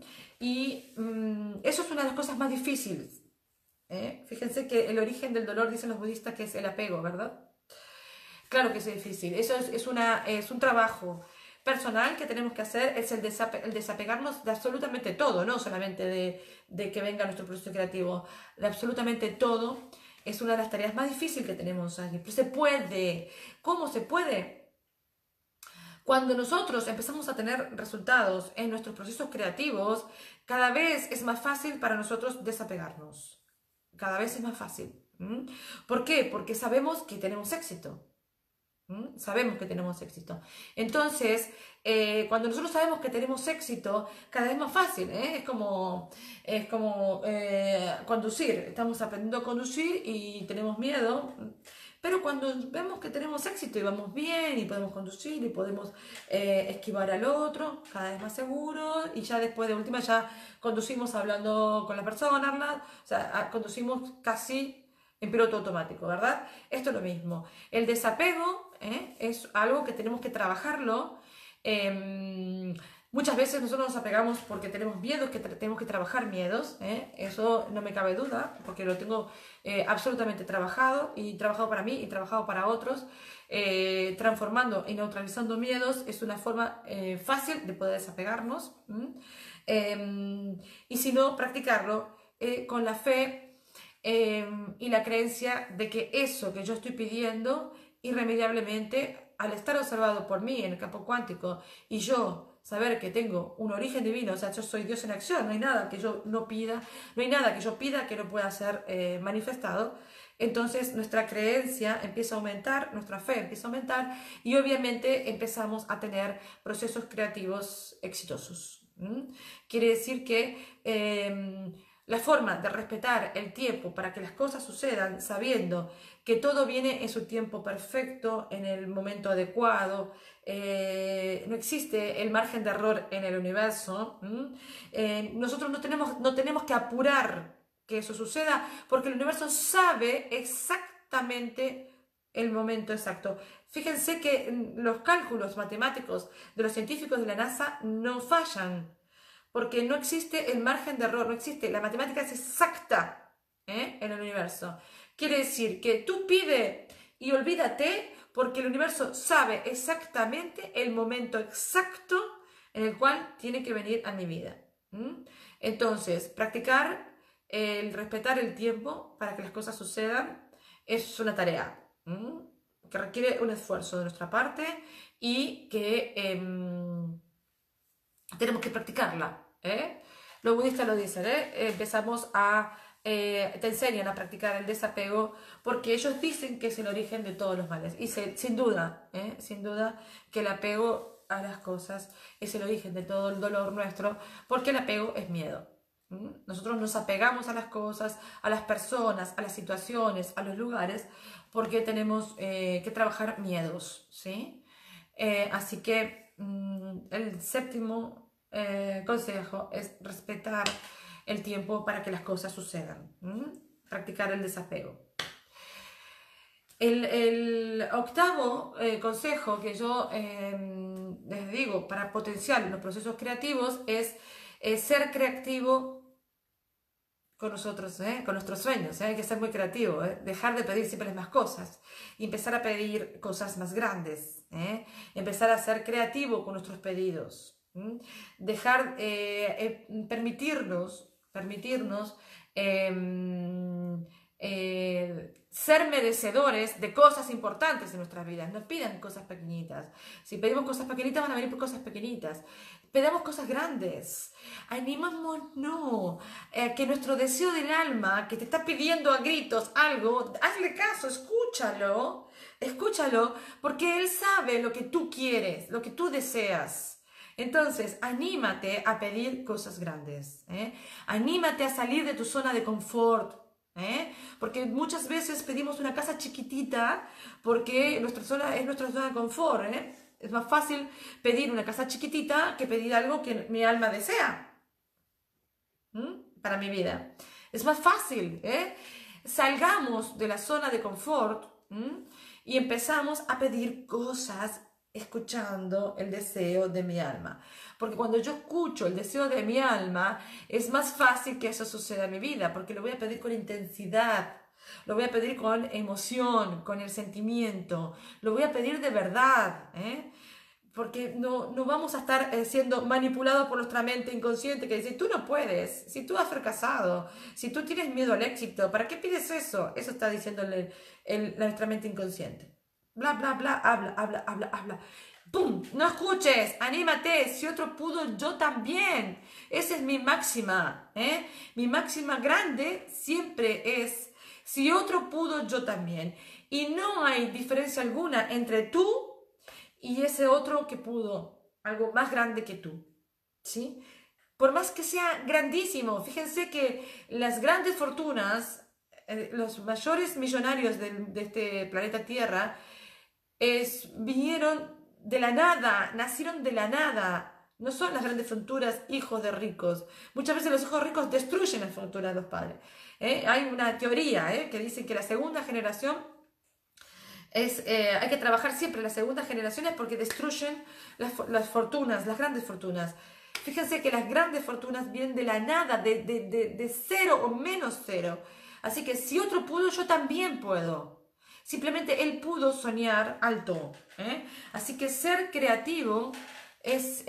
Y eso es una de las cosas más difíciles. Fíjense que el origen del dolor, dicen los budistas, que es el apego, ¿verdad? Claro que es difícil. Eso es un trabajo personal que tenemos que hacer, es el desapegarnos de absolutamente todo, no solamente de que venga nuestro proceso creativo, de absolutamente todo. Es una de las tareas más difíciles que tenemos aquí. Pero se puede. ¿Cómo se puede? Cuando nosotros empezamos a tener resultados en nuestros procesos creativos, cada vez es más fácil para nosotros desapegarnos. Cada vez es más fácil. ¿Por qué? Porque sabemos que tenemos éxito. Sabemos que tenemos éxito. Entonces, cuando nosotros sabemos que tenemos éxito, cada vez más fácil. Es como conducir. Estamos aprendiendo a conducir y tenemos miedo. Pero cuando vemos que tenemos éxito y vamos bien y podemos conducir y podemos esquivar al otro, cada vez más seguro, y ya después de última ya conducimos hablando con la persona, o sea, conducimos casi en piloto automático, ¿verdad? Esto es lo mismo. El desapego es algo que tenemos que trabajarlo. Muchas veces nosotros nos apegamos porque tenemos miedos, que tenemos que trabajar miedos. Eso no me cabe duda, porque lo tengo absolutamente trabajado, y trabajado para mí y trabajado para otros. Transformando y neutralizando miedos es una forma fácil de poder desapegarnos. Y si no, practicarlo con la fe y la creencia de que eso que yo estoy pidiendo, irremediablemente, al estar observado por mí en el campo cuántico y yo saber que tengo un origen divino, o sea, yo soy Dios en acción, no hay nada que yo no pida, no hay nada que yo pida que no pueda ser manifestado. Entonces nuestra creencia empieza a aumentar, nuestra fe empieza a aumentar, y obviamente empezamos a tener procesos creativos exitosos. Quiere decir que La forma de respetar el tiempo para que las cosas sucedan sabiendo que todo viene en su tiempo perfecto, en el momento adecuado, no existe el margen de error en el universo. Nosotros no tenemos que apurar que eso suceda porque el universo sabe exactamente el momento exacto. Fíjense que los cálculos matemáticos de los científicos de la NASA no fallan, porque no existe el margen de error, no existe, la matemática es exacta en el universo. Quiere decir que tú pide y olvídate porque el universo sabe exactamente el momento exacto en el cual tiene que venir a mi vida. Entonces, practicar el respetar el tiempo para que las cosas sucedan es una tarea que requiere un esfuerzo de nuestra parte y que tenemos que practicarla. Los budistas lo dicen, empezamos a... te enseñan a practicar el desapego porque ellos dicen que es el origen de todos los males. Y sin duda que el apego a las cosas es el origen de todo el dolor nuestro, porque el apego es miedo. Nosotros nos apegamos a las cosas, a las personas, a las situaciones, a los lugares, porque tenemos que trabajar miedos, ¿sí? Así que el séptimo consejo es respetar el tiempo para que las cosas sucedan. Practicar el desapego. El octavo consejo que yo les digo para potenciar los procesos creativos es ser creativo con nosotros, con nuestros sueños. Hay que ser muy creativo, dejar de pedir siempre las mismas cosas y empezar a pedir cosas más grandes, empezar a ser creativo con nuestros pedidos, dejar, permitirnos ser merecedores de cosas importantes en nuestras vidas. No pidan cosas pequeñitas. Si pedimos cosas pequeñitas, van a venir por cosas pequeñitas. Pedamos cosas grandes. Animémonos que nuestro deseo del alma, que te está pidiendo a gritos algo, hazle caso, escúchalo, porque él sabe lo que tú quieres, lo que tú deseas. Entonces, anímate a pedir cosas grandes. Anímate a salir de tu zona de confort. Porque muchas veces pedimos una casa chiquitita porque nuestra zona es nuestra zona de confort. Es más fácil pedir una casa chiquitita que pedir algo que mi alma desea para mi vida. Es más fácil. Salgamos de la zona de confort y empezamos a pedir cosas escuchando el deseo de mi alma. Porque cuando yo escucho el deseo de mi alma, es más fácil que eso suceda en mi vida, porque lo voy a pedir con intensidad, lo voy a pedir con emoción, con el sentimiento, lo voy a pedir de verdad, porque no vamos a estar siendo manipulados por nuestra mente inconsciente que dice, tú no puedes, si tú has fracasado, si tú tienes miedo al éxito, ¿para qué pides eso? Eso está diciendo nuestra mente inconsciente. Bla, bla, bla, habla. ¡Pum! No escuches, anímate, si otro pudo, yo también. Esa es mi máxima, Mi máxima grande siempre es, si otro pudo, yo también. Y no hay diferencia alguna entre tú y ese otro que pudo, algo más grande que tú, ¿sí? Por más que sea grandísimo, fíjense que las grandes fortunas, los mayores millonarios de este planeta Tierra, vinieron de la nada, nacieron de la nada. No son las grandes fortunas hijos de ricos. Muchas veces los hijos ricos destruyen la fortuna de los padres. Hay una teoría que dice que la segunda generación hay que trabajar siempre en las segundas generaciones porque destruyen las fortunas, las grandes fortunas. Fíjense que las grandes fortunas vienen de la nada, de cero o menos cero. Así que si otro pudo, yo también puedo. Simplemente él pudo soñar alto. Así que ser creativo es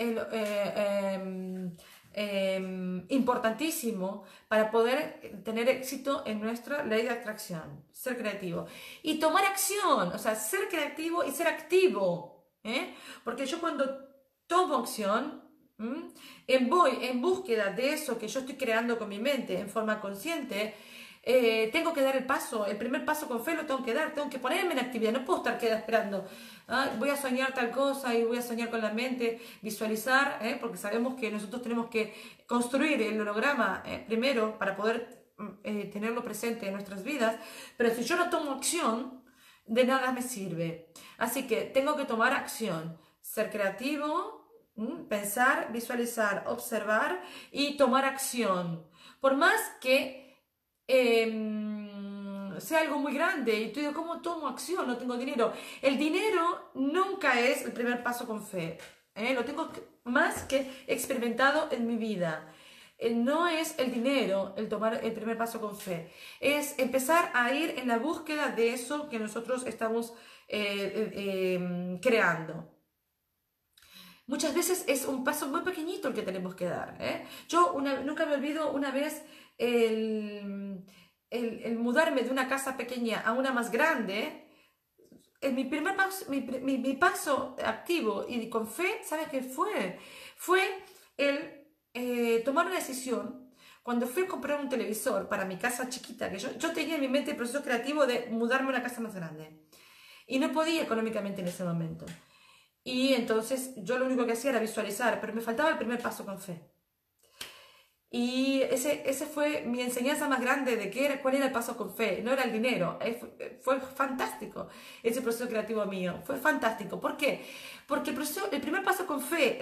importantísimo para poder tener éxito en nuestra ley de atracción. Ser creativo. Y tomar acción, o sea, ser creativo y ser activo. Porque yo cuando tomo acción, voy en búsqueda de eso que yo estoy creando con mi mente en forma consciente, tengo que dar el paso, el primer paso con fe lo tengo que dar, tengo que ponerme en actividad, no puedo estar quedada esperando. Voy a soñar tal cosa y voy a soñar con la mente, visualizar, porque sabemos que nosotros tenemos que construir el holograma primero para poder tenerlo presente en nuestras vidas, pero si yo no tomo acción, de nada me sirve. Así que tengo que tomar acción, ser creativo, pensar, visualizar, observar y tomar acción. Por más que sea algo muy grande y tú dices, ¿cómo tomo acción? No tengo dinero. El dinero nunca es el primer paso con fe. Lo tengo más que experimentado en mi vida. No es el dinero el tomar el primer paso con fe. Es empezar a ir en la búsqueda de eso que nosotros estamos creando. Muchas veces es un paso muy pequeñito el que tenemos que dar. Yo nunca me olvido una vez el mudarme de una casa pequeña a una más grande. Mi primer paso, mi paso activo y con fe, ¿sabes qué fue? Fue el tomar una decisión. Cuando fui a comprar un televisor para mi casa chiquita, que yo tenía en mi mente el proceso creativo de mudarme a una casa más grande. Y no podía económicamente en ese momento. Y entonces yo lo único que hacía era visualizar, pero me faltaba el primer paso con fe. Y ese fue mi enseñanza más grande de cuál era el paso con fe. No era el dinero. Fue fantástico ese proceso creativo mío. Fue fantástico. ¿Por qué? Porque el primer paso con fe,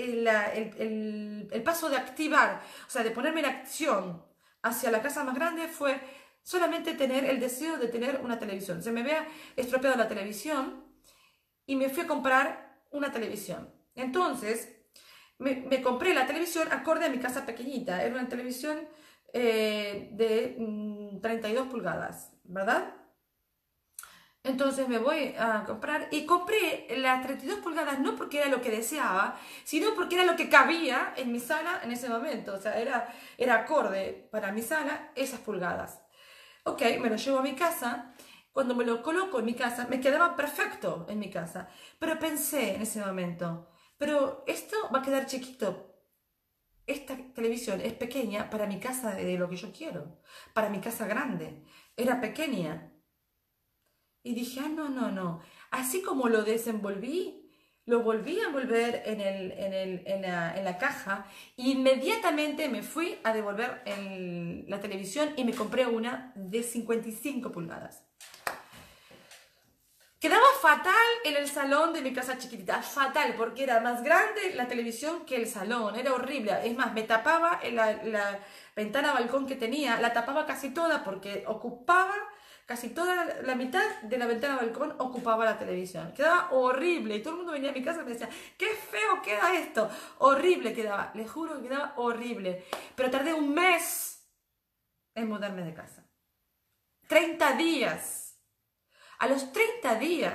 el paso de activar, o sea, de ponerme en acción hacia la casa más grande fue solamente tener el deseo de tener una televisión. Se me había estropeado la televisión y me fui a comprar una televisión. Entonces, me compré la televisión acorde a mi casa pequeñita. Era una televisión de 32 pulgadas, ¿verdad? Entonces me voy a comprar y compré las 32 pulgadas no porque era lo que deseaba, sino porque era lo que cabía en mi sala en ese momento. O sea, era acorde para mi sala esas pulgadas. Ok, me lo llevo a mi casa. Cuando me lo coloco en mi casa, me quedaba perfecto en mi casa. Pero pensé en ese momento, pero esto va a quedar chiquito. Esta televisión es pequeña para mi casa de lo que yo quiero, para mi casa grande. Era pequeña. Y dije, no, no, no. Así como lo desenvolví, lo volví a envolver en la caja. E inmediatamente me fui a devolver la televisión y me compré una de 55 pulgadas. Quedaba fatal en el salón de mi casa chiquitita, fatal, porque era más grande la televisión que el salón, era horrible. Es más, me tapaba la ventana balcón que tenía, la tapaba casi toda porque ocupaba, casi toda la mitad de la ventana balcón ocupaba la televisión. Quedaba horrible y todo el mundo venía a mi casa y me decía, qué feo queda esto, horrible quedaba, les juro que quedaba horrible. Pero tardé un mes en mudarme de casa, 30 días. A los 30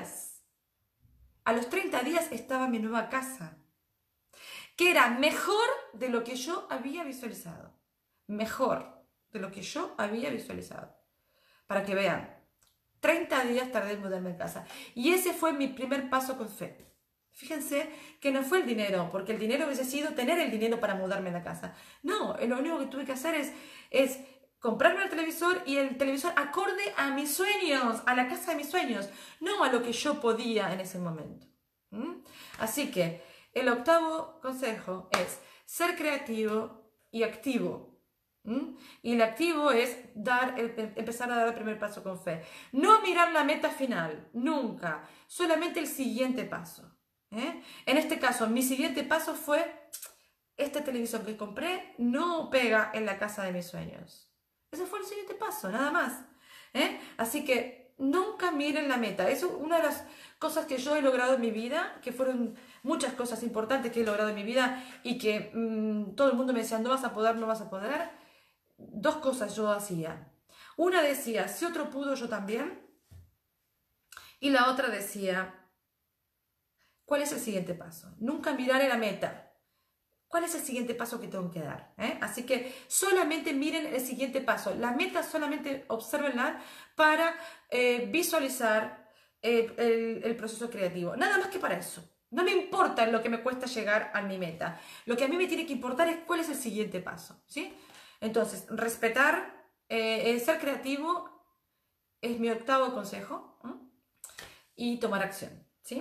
días estaba mi nueva casa, que era mejor de lo que yo había visualizado. Mejor de lo que yo había visualizado. Para que vean, 30 días tardé en mudarme de casa. Y ese fue mi primer paso con fe. Fíjense que no fue el dinero, porque el dinero hubiese sido tener el dinero para mudarme de casa. No, lo único que tuve que hacer es comprarme el televisor y el televisor acorde a mis sueños, a la casa de mis sueños, no a lo que yo podía en ese momento. Así que el octavo consejo es ser creativo y activo. Y el activo es empezar a dar el primer paso con fe. No mirar la meta final, nunca, solamente el siguiente paso. En este caso, mi siguiente paso fue, este televisor que compré no pega en la casa de mis sueños. Ese fue el siguiente paso, nada más. Así que nunca miren la meta. Eso es una de las cosas que yo he logrado en mi vida, que fueron muchas cosas importantes que he logrado en mi vida y que todo el mundo me decía, no vas a poder, no vas a poder. Dos cosas yo hacía. Una decía, si otro pudo, yo también. Y la otra decía, ¿cuál es el siguiente paso? Nunca mirar en la meta. ¿Cuál es el siguiente paso que tengo que dar? Así que solamente miren el siguiente paso. La meta solamente obsérvenla para visualizar el proceso creativo. Nada más que para eso. No me importa lo que me cuesta llegar a mi meta. Lo que a mí me tiene que importar es cuál es el siguiente paso. ¿Sí? Entonces, respetar ser creativo es mi octavo consejo, ¿eh? Y tomar acción, ¿sí?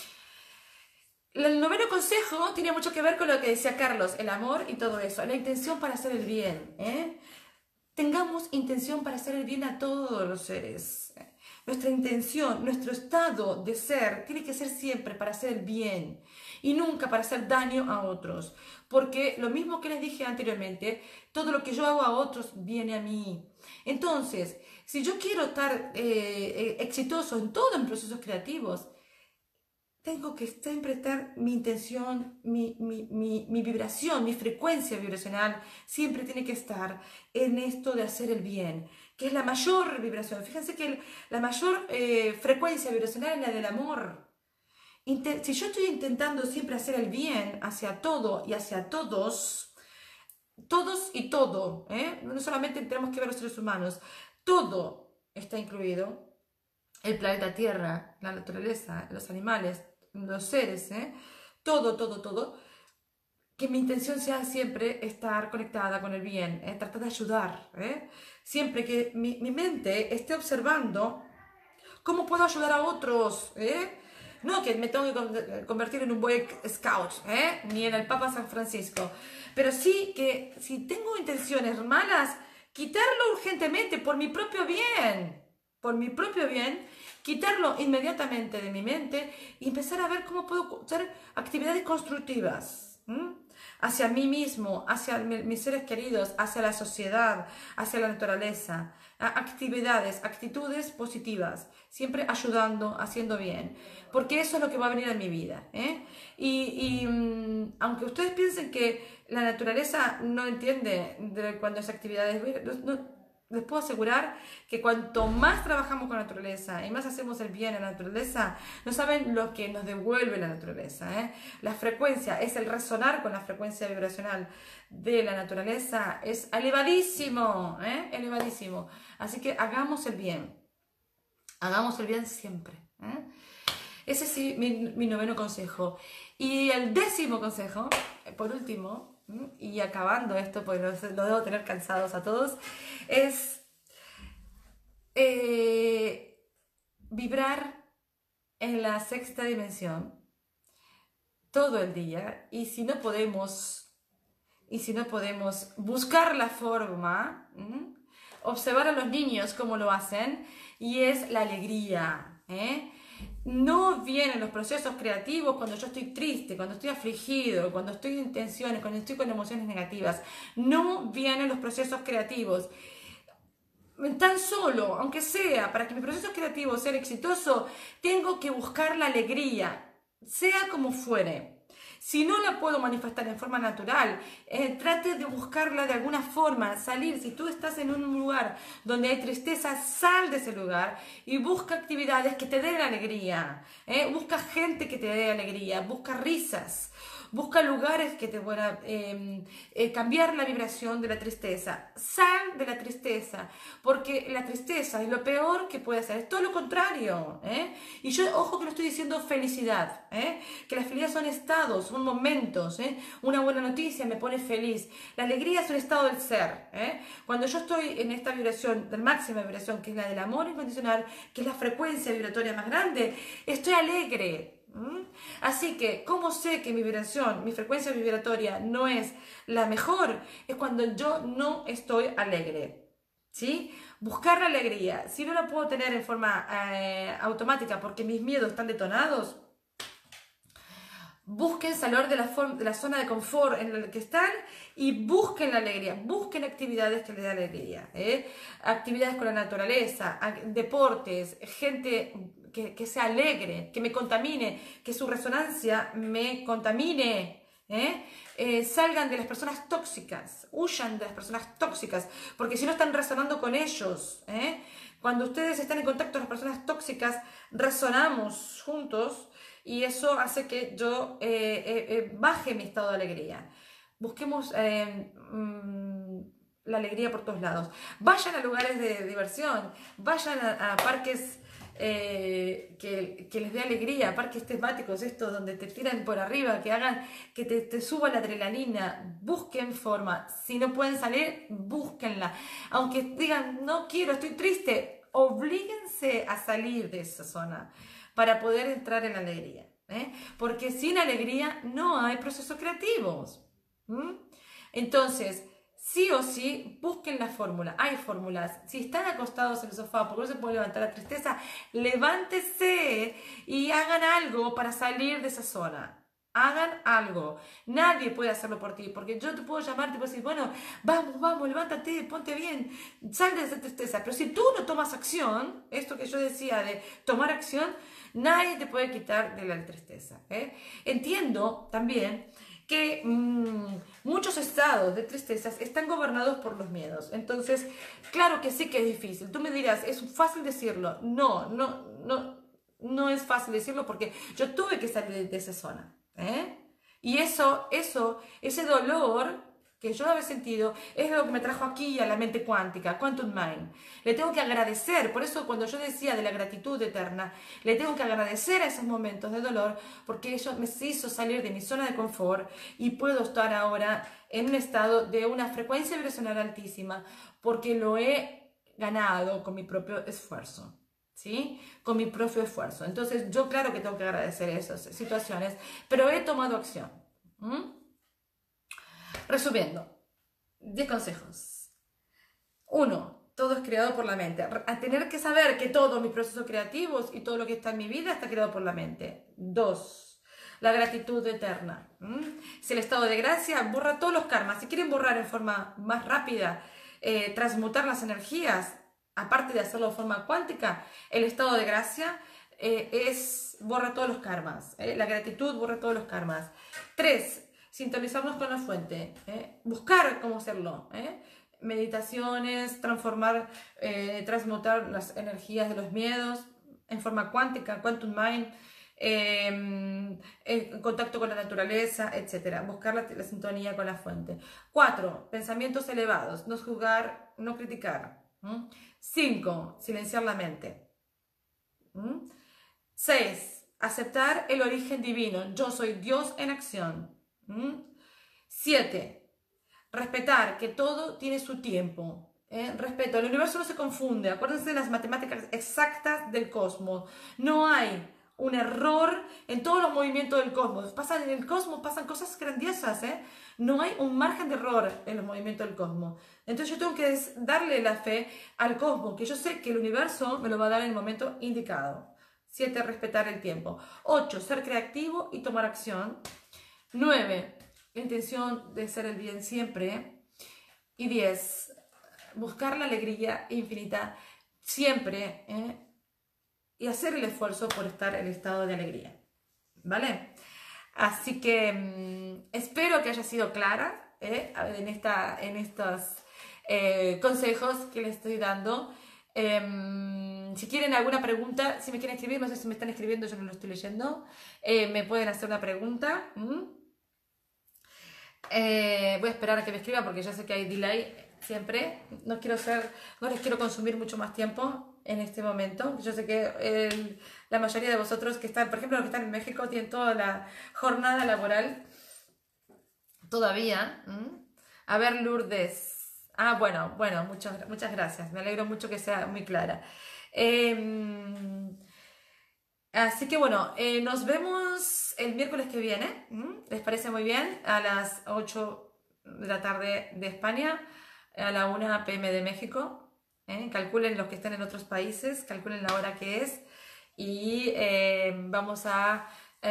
El noveno consejo tiene mucho que ver con lo que decía Carlos, el amor y todo eso, la intención para hacer el bien, ¿eh? Tengamos intención para hacer el bien a todos los seres. Nuestra intención, nuestro estado de ser, tiene que ser siempre para hacer el bien y nunca para hacer daño a otros. Porque lo mismo que les dije anteriormente, todo lo que yo hago a otros viene a mí. Entonces, si yo quiero estar exitoso en todos los procesos creativos, tengo que siempre estar mi intención, mi vibración, mi frecuencia vibracional, siempre tiene que estar en esto de hacer el bien, que es la mayor vibración. Fíjense que la mayor frecuencia vibracional es la del amor. Si yo estoy intentando siempre hacer el bien hacia todo y hacia todos, todos y todo, no solamente tenemos que ver los seres humanos, todo está incluido, el planeta Tierra, la naturaleza, los animales, los seres, todo, todo, todo, que mi intención sea siempre estar conectada con el bien, tratar de ayudar, siempre que mi mente esté observando cómo puedo ayudar a otros, no que me tengo que convertir en un Boy Scout, ni en el Papa San Francisco, pero sí que si tengo intenciones malas, quitarlo urgentemente por mi propio bien, quitarlo inmediatamente de mi mente y empezar a ver cómo puedo hacer actividades constructivas, hacia mí mismo, hacia mis seres queridos, hacia la sociedad, hacia la naturaleza, actividades, actitudes positivas, siempre ayudando, haciendo bien, porque eso es lo que va a venir en mi vida, aunque ustedes piensen que la naturaleza no entiende cuando es actividades, les puedo asegurar que cuanto más trabajamos con la naturaleza y más hacemos el bien a la naturaleza, no saben lo que nos devuelve la naturaleza, La frecuencia, es el resonar con la frecuencia vibracional de la naturaleza, es elevadísimo, elevadísimo. Así que hagamos el bien siempre, Ese es mi noveno consejo. Y el 10º consejo, por último, y acabando esto, porque lo debo tener cansados a todos, es vibrar en la sexta dimensión todo el día. Y si no podemos buscar la forma, observar a los niños cómo lo hacen, y es la alegría, No vienen los procesos creativos cuando yo estoy triste, cuando estoy afligido, cuando estoy en tensiones, cuando estoy con emociones negativas. No vienen los procesos creativos. Tan solo, aunque sea, para que mi proceso creativo sea exitoso, tengo que buscar la alegría, sea como fuere. Si no la puedo manifestar en forma natural, trate de buscarla de alguna forma, salir. Si tú estás en un lugar donde hay tristeza, sal de ese lugar y busca actividades que te den alegría. Busca gente que te dé alegría, busca risas. Busca lugares que te puedan cambiar la vibración de la tristeza. Sal de la tristeza, porque la tristeza es lo peor que puede hacer. Es todo lo contrario. Y yo, ojo que no estoy diciendo felicidad. Que la felicidad son estados, son momentos. Una buena noticia me pone feliz. La alegría es un estado del ser. Cuando yo estoy en esta vibración, de máxima vibración, que es la del amor incondicional, que es la frecuencia vibratoria más grande, estoy alegre. Así que, ¿cómo sé que mi vibración, mi frecuencia vibratoria no es la mejor? Es cuando yo no estoy alegre, ¿sí? Buscar la alegría. Si no la puedo tener en forma automática porque mis miedos están detonados, busquen salir de la zona de confort en la que están y busquen la alegría, busquen actividades que les den alegría, actividades con la naturaleza, deportes, gente que sea alegre, que me contamine, que su resonancia me contamine, salgan de las personas tóxicas, huyan de las personas tóxicas, porque si no están resonando con ellos, cuando ustedes están en contacto con las personas tóxicas, resonamos juntos y eso hace que yo baje mi estado de alegría. Busquemos la alegría por todos lados. Vayan a lugares de diversión, vayan a parques que les dé alegría, parques temáticos estos donde te tiran por arriba, que hagan que te suba la adrenalina, busquen forma, si no pueden salir, búsquenla, aunque digan no quiero, estoy triste, oblíguense a salir de esa zona para poder entrar en la alegría, ¿eh? Porque sin alegría no hay procesos creativos. Entonces, sí o sí, busquen la fórmula. Hay fórmulas. Si están acostados en el sofá porque no se puede levantar la tristeza, levántese y hagan algo para salir de esa zona. Hagan algo. Nadie puede hacerlo por ti, porque yo te puedo llamar y te puedo decir, bueno, vamos, vamos, levántate, ponte bien, sal de esa tristeza. Pero si tú no tomas acción, esto que yo decía de tomar acción, nadie te puede quitar de la tristeza, ¿eh? Entiendo también que muchos estados de tristezas están gobernados por los miedos. Entonces, claro que sí que es difícil. Tú me dirás, ¿es fácil decirlo? No es fácil decirlo porque yo tuve que salir de esa zona, ¿eh? Y ese dolor que yo había sentido es lo que me trajo aquí a la mente cuántica, Quantum Mind. Le tengo que agradecer, por eso cuando yo decía de la gratitud eterna, le tengo que agradecer a esos momentos de dolor porque eso me hizo salir de mi zona de confort y puedo estar ahora en un estado de una frecuencia vibracional altísima porque lo he ganado con mi propio esfuerzo. ¿Sí? Con mi propio esfuerzo. Entonces yo claro que tengo que agradecer esas situaciones, pero he tomado acción. Resumiendo, 10 consejos. 1. Todo es creado por la mente. A tener que saber que todos mis procesos creativos y todo lo que está en mi vida está creado por la mente. 2. La gratitud eterna. Si el estado de gracia borra todos los karmas. Si quieren borrar en forma más rápida, transmutar las energías, aparte de hacerlo de forma cuántica, el estado de gracia borra todos los karmas. La gratitud borra todos los karmas. 3. Sintonizarnos con la fuente, buscar cómo hacerlo, meditaciones, transmutar las energías de los miedos en forma cuántica, Quantum Mind, en contacto con la naturaleza, etc. Buscar la sintonía con la fuente. 4. Pensamientos elevados, no juzgar, no criticar. 5. Silenciar la mente. 6. Aceptar el origen divino, yo soy Dios en acción. 7. Respetar que todo tiene su tiempo. Respeto, el universo no se confunde. Acuérdense de las matemáticas exactas del cosmos. No hay un error en todos los movimientos del cosmos. En el cosmos pasan cosas grandiosas. No hay un margen de error en los movimientos del cosmos. Entonces yo tengo que darle la fe al cosmos, que yo sé que el universo me lo va a dar en el momento indicado. 7. Respetar el tiempo. 8. Ser creativo y tomar acción. 9. La intención de ser el bien siempre. Y 10. Buscar la alegría infinita siempre, y hacer el esfuerzo por estar en estado de alegría. ¿Vale? Así que espero que haya sido clara en estos consejos que les estoy dando. Si quieren alguna pregunta, si me quieren escribir, no sé si me están escribiendo, yo no lo estoy leyendo, me pueden hacer una pregunta. Voy a esperar a que me escriban porque ya sé que hay delay siempre. No les quiero consumir mucho más tiempo en este momento. Yo sé que la mayoría de vosotros que están, por ejemplo, los que están en México, tienen toda la jornada laboral todavía. A ver, Lourdes. Bueno, muchas gracias. Me alegro mucho que sea muy clara. Así que bueno, nos vemos el miércoles que viene. ¿Les parece muy bien? A las 8 de la tarde de España, a la 1 p.m. de México. Calculen los que estén en otros países, calculen la hora que es. Y vamos a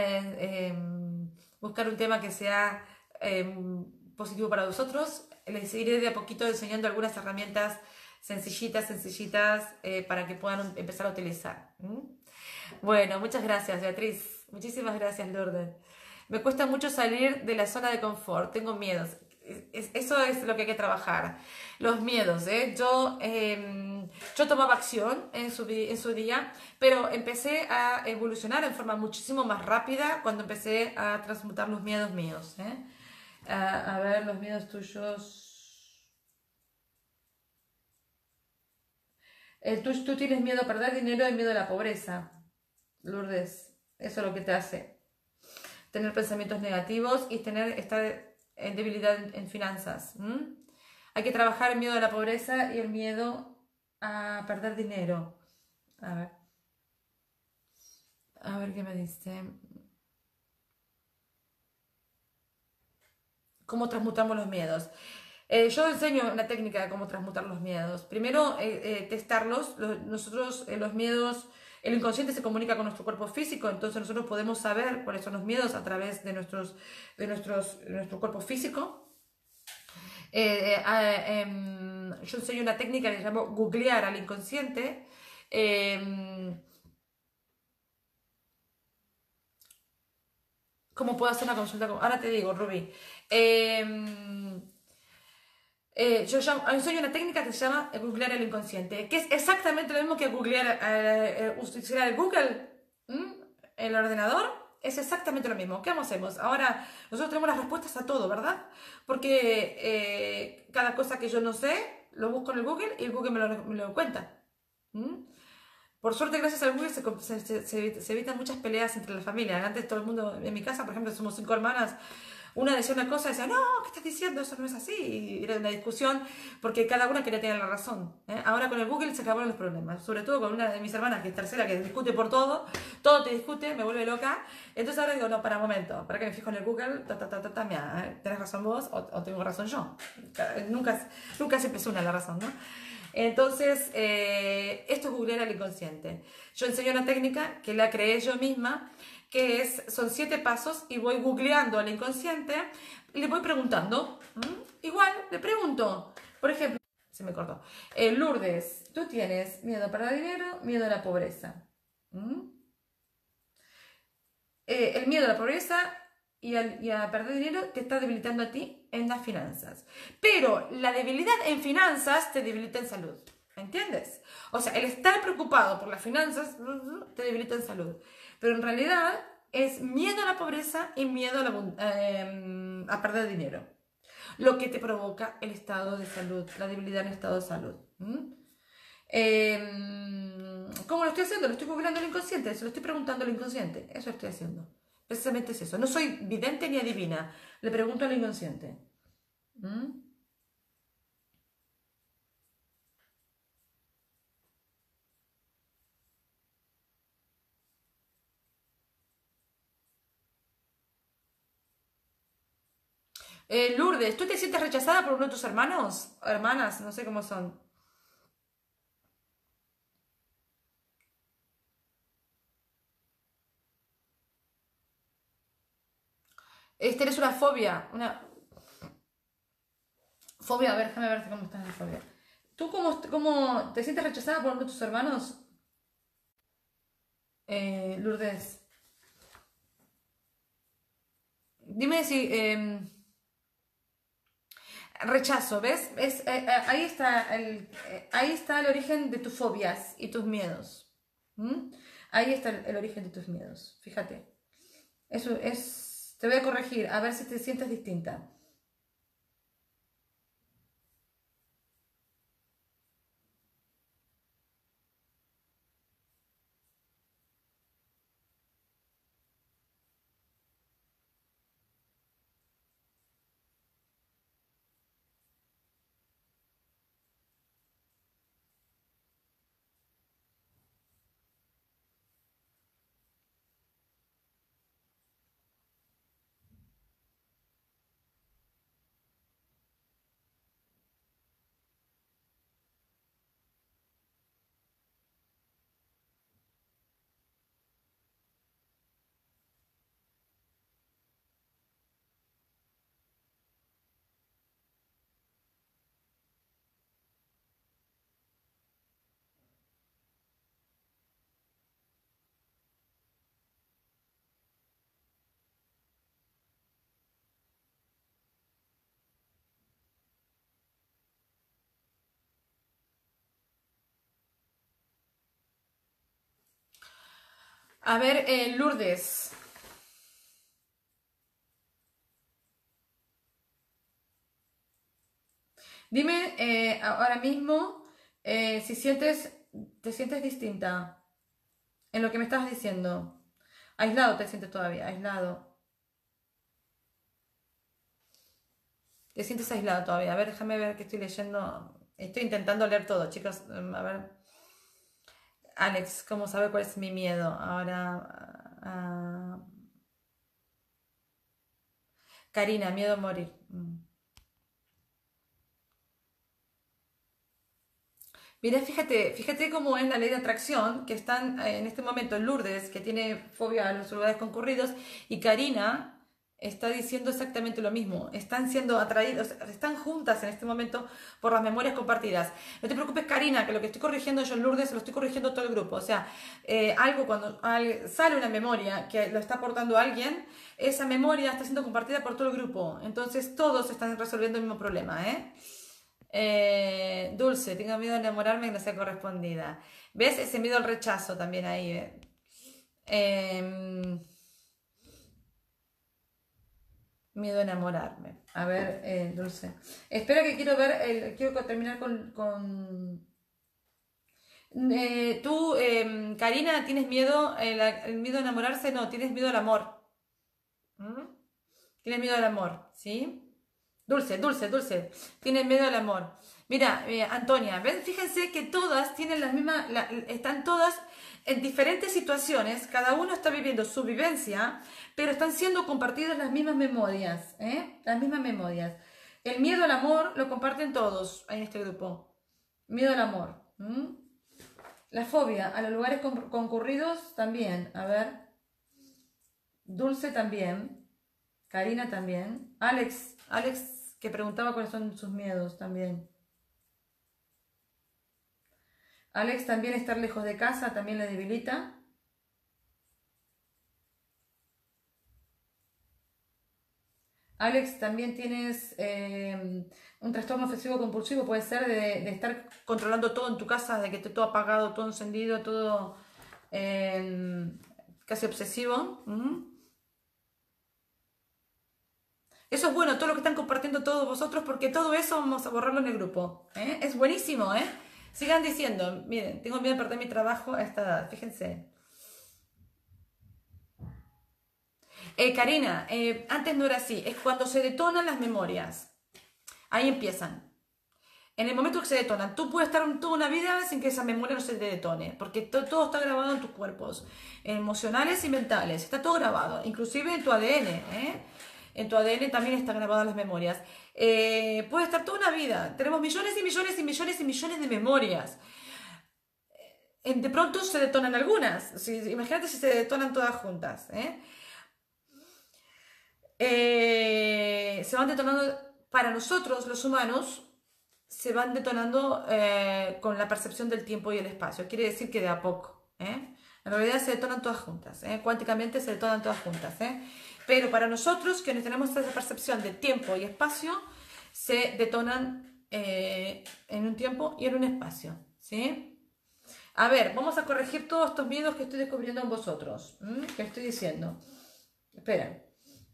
buscar un tema que sea positivo para vosotros. Les iré de a poquito enseñando algunas herramientas sencillitas para que puedan empezar a utilizar. Bueno, muchas gracias, Beatriz. Muchísimas gracias, Lourdes. Me cuesta mucho salir de la zona de confort. Tengo miedos. Eso es lo que hay que trabajar. Los miedos, Yo tomaba acción en su día, pero empecé a evolucionar en forma muchísimo más rápida cuando empecé a transmutar los miedos míos, A ver, los miedos tuyos. Tú tienes miedo a perder dinero y miedo a la pobreza, Lourdes. Eso es lo que te hace tener pensamientos negativos y estar en debilidad en finanzas. Hay que trabajar el miedo a la pobreza y el miedo a perder dinero. A ver qué me dice. ¿Cómo transmutamos los miedos? Yo enseño una técnica de cómo transmutar los miedos. Primero, testarlos. Nosotros, los miedos, el inconsciente se comunica con nuestro cuerpo físico, entonces nosotros podemos saber cuáles son los miedos a través de nuestro cuerpo físico. Yo enseño una técnica que se llama googlear al inconsciente. ¿Cómo puedo hacer una consulta? Ahora te digo, Ruby. Yo enseño una técnica que se llama googlear el inconsciente, que es exactamente lo mismo que googlear, utilizar el Google, el ordenador, es exactamente lo mismo. ¿Qué hacemos? Ahora, nosotros tenemos las respuestas a todo, ¿verdad? Porque cada cosa que yo no sé, lo busco en el Google y el Google me lo cuenta. Por suerte, gracias al Google se evitan muchas peleas entre la familia. Antes todo el mundo, en mi casa, por ejemplo, somos 5 hermanas, una decía una cosa y decía, no, ¿qué estás diciendo? Eso no es así. Y era una discusión porque cada una quería tener la razón. Ahora con el Google se acabaron los problemas. Sobre todo con una de mis hermanas, que es tercera, que discute por todo te discute, me vuelve loca. Entonces ahora digo, no, para un momento, para que me fijo en el Google, mira, tenés razón vos o tengo razón yo. Nunca siempre es una la razón, ¿no? Entonces, esto es googlear al inconsciente. Yo enseño una técnica que la creé yo misma, que son 7 pasos y voy googleando al inconsciente y le voy preguntando. Igual, le pregunto, por ejemplo, se me cortó. Lourdes, tú tienes miedo a perder dinero, miedo a la pobreza. El miedo a la pobreza y a perder dinero te está debilitando a ti en las finanzas. Pero la debilidad en finanzas te debilita en salud. ¿Entiendes? O sea, el estar preocupado por las finanzas te debilita en salud. Pero en realidad es miedo a la pobreza y miedo a perder dinero. Lo que te provoca el estado de salud, la debilidad en el estado de salud. ¿Cómo lo estoy haciendo? Lo estoy googleando al inconsciente, se lo estoy preguntando al inconsciente. Eso estoy haciendo. Precisamente es eso. No soy vidente ni adivina. Le pregunto al inconsciente. Lourdes, ¿tú te sientes rechazada por uno de tus hermanos? O hermanas, no sé cómo son. Tienes una fobia. Una fobia, a ver, déjame ver cómo estás en la fobia. ¿Tú cómo te sientes rechazada por uno de tus hermanos? Lourdes. Dime si... rechazo, ¿ves? Ahí está el origen de tus fobias y tus miedos. Ahí está el origen de tus miedos. Fíjate. Eso es. Te voy a corregir, a ver si te sientes distinta. A ver, Lourdes. Dime ahora mismo si sientes te sientes distinta en lo que me estás diciendo. Aislado te sientes todavía, aislado. Te sientes aislado todavía. A ver, déjame ver que estoy leyendo. Estoy intentando leer todo, chicos. A ver. Alex, ¿cómo sabe cuál es mi miedo? Ahora. Karina, miedo a morir. Mira, fíjate cómo es la ley de atracción, que están en este momento Lourdes, que tiene fobia a los lugares concurridos, y Karina está diciendo exactamente lo mismo. Están siendo atraídos, están juntas en este momento por las memorias compartidas. No te preocupes, Karina, que lo que estoy corrigiendo yo en Lourdes lo estoy corrigiendo todo el grupo. O sea, algo cuando sale una memoria que lo está aportando alguien, esa memoria está siendo compartida por todo el grupo. Entonces todos están resolviendo el mismo problema, ¿eh? Dulce, tengo miedo de enamorarme y no sea correspondida. ¿Ves? Ese miedo al rechazo también ahí. Miedo a enamorarme. A ver, Dulce. Espera que quiero ver, quiero terminar con... tú, Karina, ¿tienes miedo, el miedo a enamorarse? No, tienes miedo al amor. ¿Mm? Tienes miedo al amor, ¿sí? Dulce, Dulce, Dulce. Tienes miedo al amor. Mira, Antonia, ¿ven? Fíjense que todas tienen las mismas, están todas en diferentes situaciones, cada uno está viviendo su vivencia, pero están siendo compartidas las mismas memorias, ¿eh? Las mismas memorias. El miedo al amor lo comparten todos en este grupo. Miedo al amor. La fobia a los lugares concurridos también. A ver. Dulce también. Karina también. Alex que preguntaba cuáles son sus miedos también. Alex también estar lejos de casa también le debilita. Alex, también tienes un trastorno obsesivo compulsivo, puede ser de estar controlando todo en tu casa, de que esté todo apagado, todo encendido, todo casi obsesivo. Eso es bueno, todo lo que están compartiendo todos vosotros, porque todo eso vamos a borrarlo en el grupo. Es buenísimo, ¿eh? Sigan diciendo, miren, tengo miedo de perder mi trabajo a esta edad, fíjense. Karina, antes no era así, es cuando se detonan las memorias. Ahí empiezan. En el momento que se detonan, tú puedes estar toda una vida sin que esa memoria no se te detone, porque todo está grabado en tus cuerpos, emocionales y mentales, está todo grabado, inclusive en tu ADN, ¿eh? En tu ADN también están grabadas las memorias. Puede estar toda una vida, tenemos millones y millones y millones y millones de memorias. De pronto se detonan algunas, imagínate si se detonan todas juntas, se van detonando para nosotros, los humanos, se van detonando con la percepción del tiempo y el espacio. Quiere decir que de a poco. En realidad se detonan todas juntas. Cuánticamente se detonan todas juntas. Pero para nosotros, que tenemos esa percepción de tiempo y espacio, se detonan en un tiempo y en un espacio. ¿Sí? A ver, vamos a corregir todos estos miedos que estoy descubriendo en vosotros. ¿Qué estoy diciendo? Espera.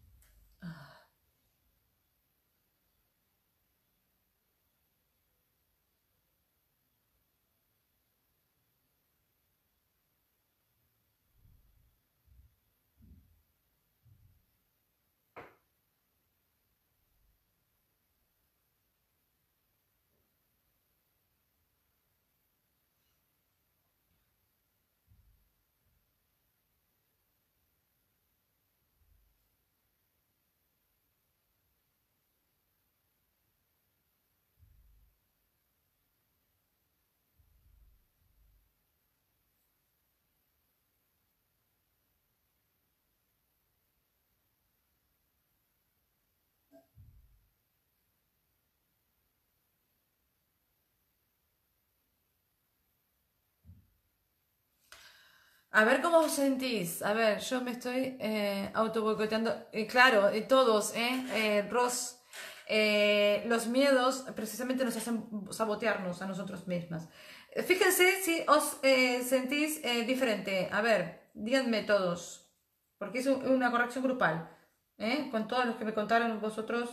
A ver cómo os sentís. A ver, yo me estoy auto boicoteando. Claro, todos, Ross, los miedos precisamente nos hacen sabotearnos a nosotros mismas. Fíjense si os sentís diferente. A ver, díganme todos, porque es una corrección grupal, con todos los que me contaron vosotros.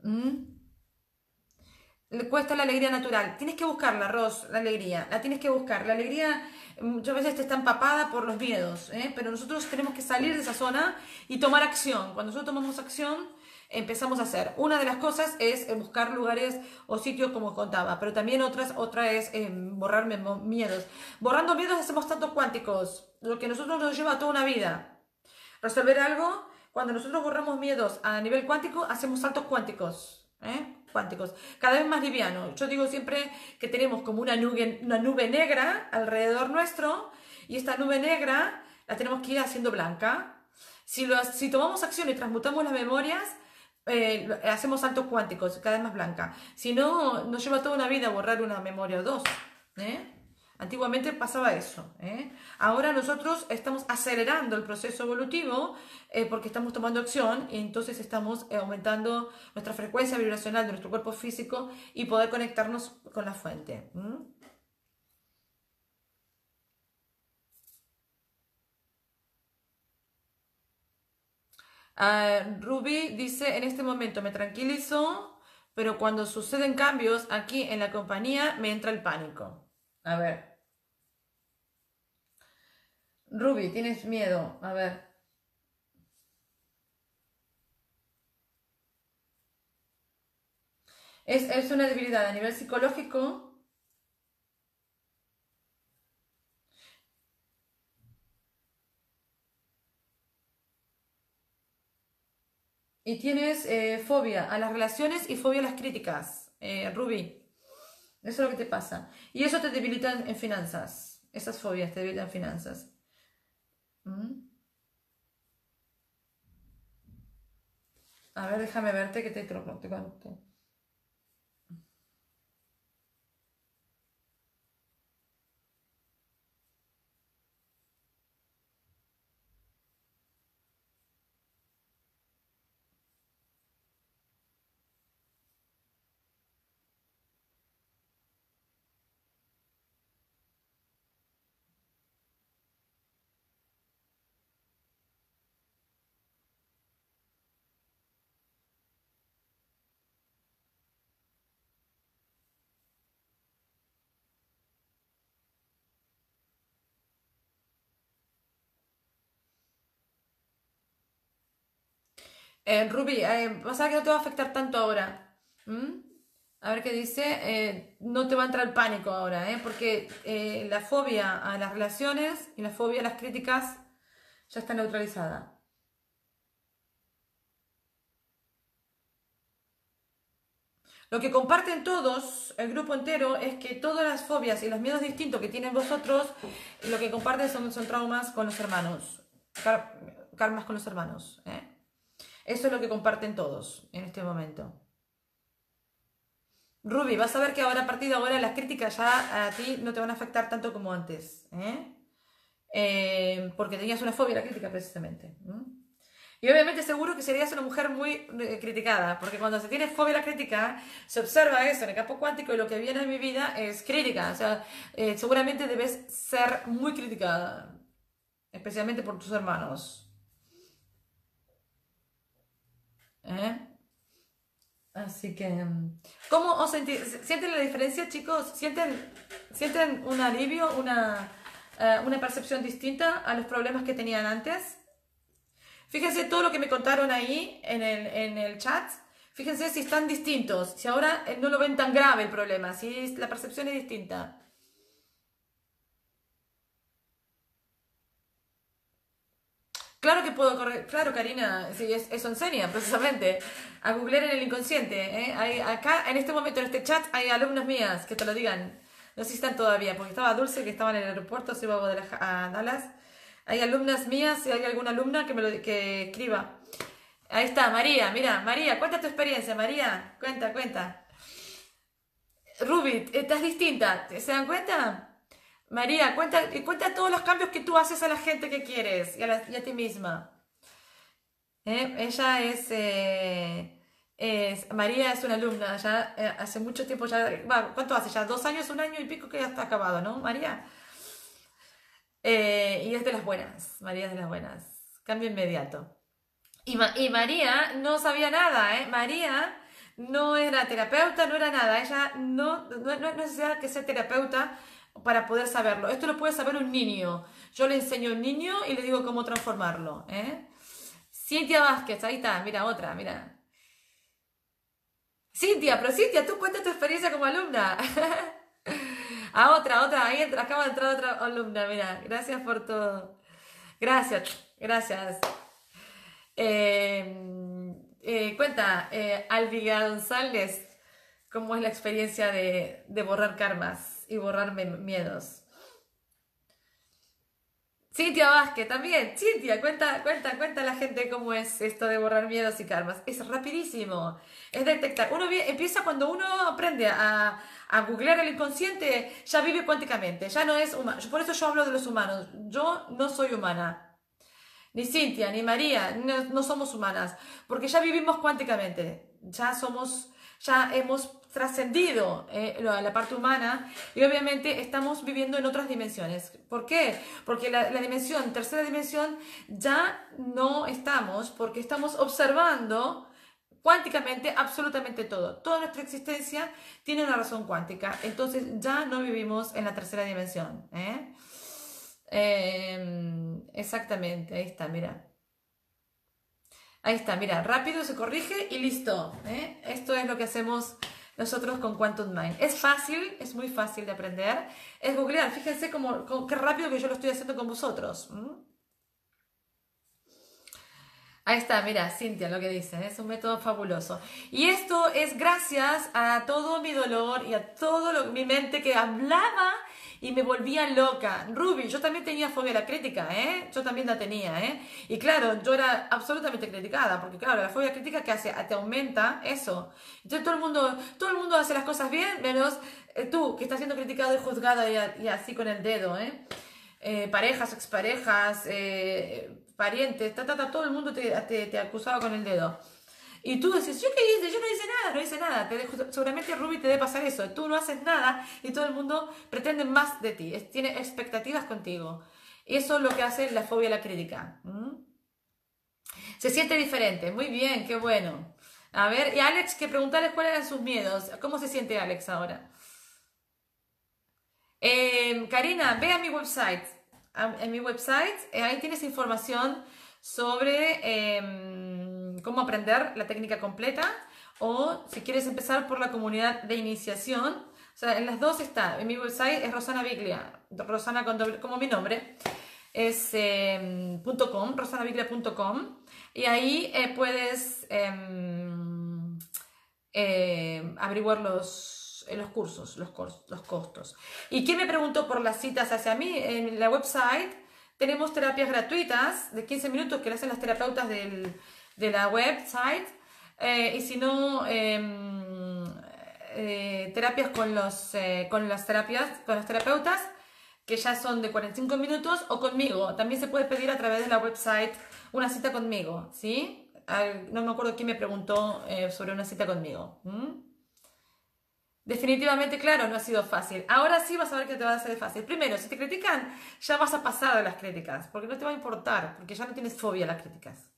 ¿Mm? Le cuesta la alegría natural. Tienes que buscarla, Ros, la alegría. La tienes que buscar. La alegría muchas veces te está empapada por los miedos, ¿eh? Pero nosotros tenemos que salir de esa zona y tomar acción. Cuando nosotros tomamos acción, empezamos a hacer. Una de las cosas es buscar lugares o sitios como contaba, pero también otra es borrar miedos. Borrando miedos hacemos tantos cuánticos, lo que a nosotros nos lleva toda una vida. Resolver algo, cuando nosotros borramos miedos a nivel cuántico, hacemos saltos cuánticos, ¿eh? Cuánticos, cada vez más liviano. Yo digo siempre que tenemos como una nube negra alrededor nuestro y esta nube negra la tenemos que ir haciendo blanca. Si tomamos acción y transmutamos las memorias, hacemos saltos cuánticos, cada vez más blanca. Si no, nos lleva toda una vida borrar una memoria o dos, ¿eh? Antiguamente pasaba eso, ¿eh? Ahora nosotros estamos acelerando el proceso evolutivo porque estamos tomando acción y entonces estamos aumentando nuestra frecuencia vibracional de nuestro cuerpo físico y poder conectarnos con la fuente. Ruby dice, en este momento me tranquilizo, pero cuando suceden cambios aquí en la compañía me entra el pánico. A ver. Ruby, tienes miedo. A ver. Es una debilidad a nivel psicológico. Y tienes fobia a las relaciones y fobia a las críticas, Ruby. Eso es lo que te pasa. Y eso te debilita en finanzas. Esas fobias te debilitan en finanzas. ¿Mm? A ver, déjame verte que te conecto. Ruby, pasa que no te va a afectar tanto ahora. ¿Mm? A ver qué dice. No te va a entrar el pánico ahora, porque la fobia a las relaciones y la fobia a las críticas ya está neutralizada. Lo que comparten todos, el grupo entero, es que todas las fobias y los miedos distintos que tienen vosotros, lo que comparten son traumas con los hermanos, karmas con los hermanos. Eso es lo que comparten todos en este momento. Ruby, vas a ver que ahora a partir de ahora las críticas ya a ti no te van a afectar tanto como antes, porque tenías una fobia a la crítica precisamente. Y obviamente seguro que serías una mujer muy criticada, porque cuando se tiene fobia a la crítica, se observa eso en el campo cuántico y lo que viene en mi vida es crítica. O sea, seguramente debes ser muy criticada, especialmente por tus hermanos. ¿Eh? Así que, ¿cómo os sentís? ¿Sienten la diferencia, chicos? ¿Sienten un alivio, una percepción distinta a los problemas que tenían antes? Fíjense todo lo que me contaron ahí en el chat. Fíjense si están distintos, si ahora no lo ven tan grave el problema, si la percepción es distinta. Claro que puedo correr, claro, Karina, sí, eso enseña precisamente a googlear en el inconsciente. Acá, en este momento, en este chat, hay alumnas mías que te lo digan. No sé si están todavía, porque estaba Dulce, que estaba en el aeropuerto, se iba a Dallas. Hay alumnas mías, si hay alguna alumna que escriba. Ahí está, María, mira, María, cuenta tu experiencia, María, cuenta. Ruby, estás distinta, ¿se dan cuenta? María, cuenta todos los cambios que tú haces a la gente que quieres y a ti misma. Ella María es una alumna, ya hace mucho tiempo, ya, ¿cuánto hace? Ya 2 años, 1 año y pico que ya está acabado, ¿no, María? Y es de las buenas, María es de las buenas. Cambio inmediato. Y María no sabía nada, ¿eh? María no era terapeuta, no era nada. Ella no es necesario que sea terapeuta para poder saberlo. Esto lo puede saber un niño. Yo le enseño a un niño y le digo cómo transformarlo. Cintia Vázquez, ahí está, mira, otra, mira. Cintia, pero Cintia, tú cuenta tu experiencia como alumna. Otra, ahí acaba de entrar otra alumna, mira, gracias por todo. Gracias. Cuenta, Alvi González, cómo es la experiencia de borrar karmas y borrar miedos. Cintia Vázquez también. Cintia, cuenta a la gente cómo es esto de borrar miedos y karmas. Es rapidísimo. Es detectar. Empieza cuando uno aprende a googlear el inconsciente, ya vive cuánticamente, ya no es humano. Por eso yo hablo de los humanos. Yo no soy humana. Ni Cintia, ni María, no somos humanas, porque ya vivimos cuánticamente, ya hemos trascendido la parte humana y obviamente estamos viviendo en otras dimensiones. ¿Por qué? Porque la tercera dimensión, ya no estamos, porque estamos observando cuánticamente absolutamente todo. Toda nuestra existencia tiene una razón cuántica, entonces ya no vivimos en la tercera dimensión. Exactamente, ahí está, mira. Ahí está, mira, rápido se corrige y listo. Esto es lo que hacemos nosotros con Quantum Mind. Es fácil, es muy fácil de aprender. Es googlear, fíjense qué rápido que yo lo estoy haciendo con vosotros. Ahí está, mira, Cintia lo que dice, es un método fabuloso. Y esto es gracias a todo mi dolor y a mi mente que hablaba y me volvía loca. Ruby, yo también tenía fobia a la crítica, yo también la tenía, y claro, yo era absolutamente criticada, porque claro, la fobia crítica que hace, te aumenta eso. Entonces todo el mundo hace las cosas bien, menos tú, que estás siendo criticado y juzgada y así con el dedo, parejas, exparejas, parientes, todo el mundo te acusaba con el dedo. Y tú decís, ¿yo qué hice? Yo no hice nada. Seguramente Ruby te debe pasar eso. Tú no haces nada y todo el mundo pretende más de ti. Tiene expectativas contigo. Y eso es lo que hace la fobia a la crítica. Se siente diferente. Muy bien, qué bueno. A ver, y Alex, que preguntarles cuáles eran sus miedos. ¿Cómo se siente Alex ahora? Karina, ve a mi website. En mi website, ahí tienes información sobre cómo aprender la técnica completa, o si quieres empezar por la comunidad de iniciación. O sea, en las dos está. En mi website es Rosana Biglia, Rosana como mi nombre, es .com, rosanabiglia.com, y ahí puedes averiguar los cursos, los costos. ¿Y quién me preguntó por las citas hacia mí? En la website tenemos terapias gratuitas de 15 minutos que le hacen las terapeutas de la website, y si no, terapias con los terapeutas, que ya son de 45 minutos, o conmigo. También se puede pedir a través de la website una cita conmigo, ¿sí? No me acuerdo quién me preguntó sobre una cita conmigo. Definitivamente, claro, no ha sido fácil. Ahora sí vas a ver que te va a ser fácil. Primero, si te critican, ya vas a pasar de las críticas, porque no te va a importar, porque ya no tienes fobia a las críticas.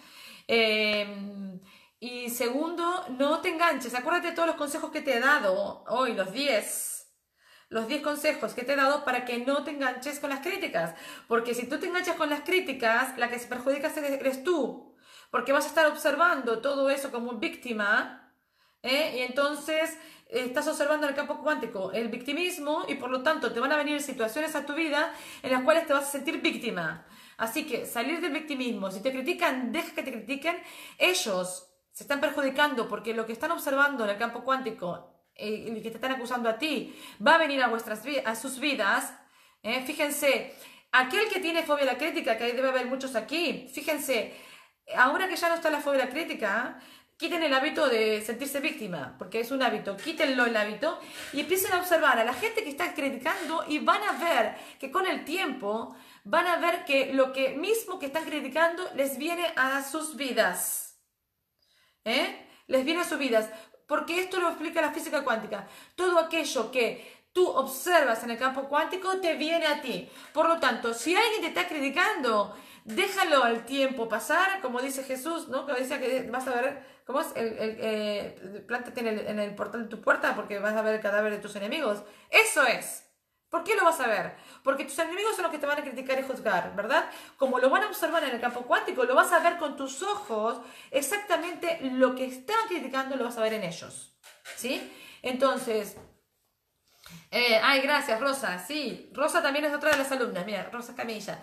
Y segundo, no te enganches. Acuérdate de todos los consejos que te he dado hoy, los 10 consejos que te he dado para que no te enganches con las críticas. Porque si tú te enganchas con las críticas, la que se perjudica eres tú. Porque vas a estar observando todo eso como víctima, y entonces estás observando en el campo cuántico el victimismo, y por lo tanto te van a venir situaciones a tu vida en las cuales te vas a sentir víctima. Así que salir del victimismo. Si te critican, deja que te critiquen. Ellos se están perjudicando porque lo que están observando en el campo cuántico, y que te están acusando a ti, va a venir a sus vidas. Fíjense, aquel que tiene fobia a la crítica, que debe haber muchos aquí, fíjense, ahora que ya no está la fobia a la crítica, quiten el hábito de sentirse víctima, porque es un hábito. Quítenlo el hábito y empiecen a observar a la gente que está criticando, y van a ver que con el tiempo van a ver que lo que mismo que están criticando les viene a sus vidas. Les viene a sus vidas, porque esto lo explica la física cuántica. Todo aquello que tú observas en el campo cuántico te viene a ti. Por lo tanto, si alguien te está criticando, déjalo al tiempo pasar, como dice Jesús, ¿no? Que decía que vas a ver, ¿cómo es? Plántate en el portal de tu puerta porque vas a ver el cadáver de tus enemigos. Eso es. ¿Por qué lo vas a ver? Porque tus enemigos son los que te van a criticar y juzgar, ¿verdad? Como lo van a observar en el campo cuántico, lo vas a ver con tus ojos, exactamente lo que están criticando lo vas a ver en ellos, ¿sí? Entonces, ay, gracias, Rosa, sí, Rosa también es otra de las alumnas, mira, Rosa Camilla.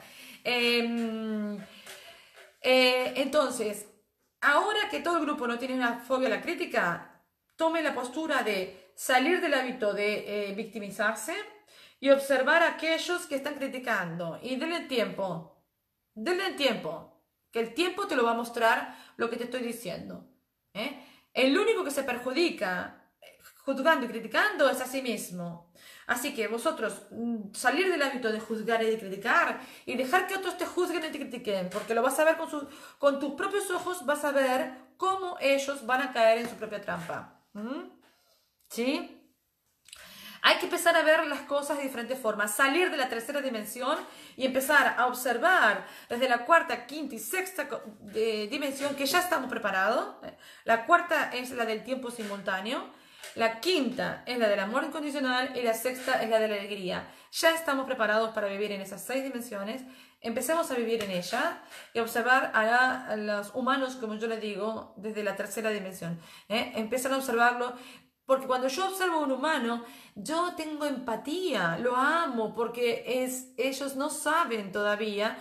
Entonces, ahora que todo el grupo no tiene una fobia a la crítica, tome la postura de salir del hábito de victimizarse y observar a aquellos que están criticando y denle tiempo, que el tiempo te lo va a mostrar lo que te estoy diciendo. El único que se perjudica juzgando y criticando es a sí mismo. Así que vosotros salir del hábito de juzgar y de criticar y dejar que otros te juzguen y te critiquen, porque lo vas a ver con tus propios ojos, vas a ver cómo ellos van a caer en su propia trampa. ¿Sí? Hay que empezar a ver las cosas de diferentes formas, salir de la tercera dimensión y empezar a observar desde la cuarta, quinta y sexta dimensión que ya estamos preparados. La cuarta es la del tiempo simultáneo, la quinta es la del amor incondicional y la sexta es la de la alegría. Ya estamos preparados para vivir en esas 6 dimensiones. Empecemos a vivir en ella y observar a los humanos, como yo les digo, desde la tercera dimensión. Empiezan a observarlo. Porque cuando yo observo a un humano, yo tengo empatía, lo amo, porque ellos no saben todavía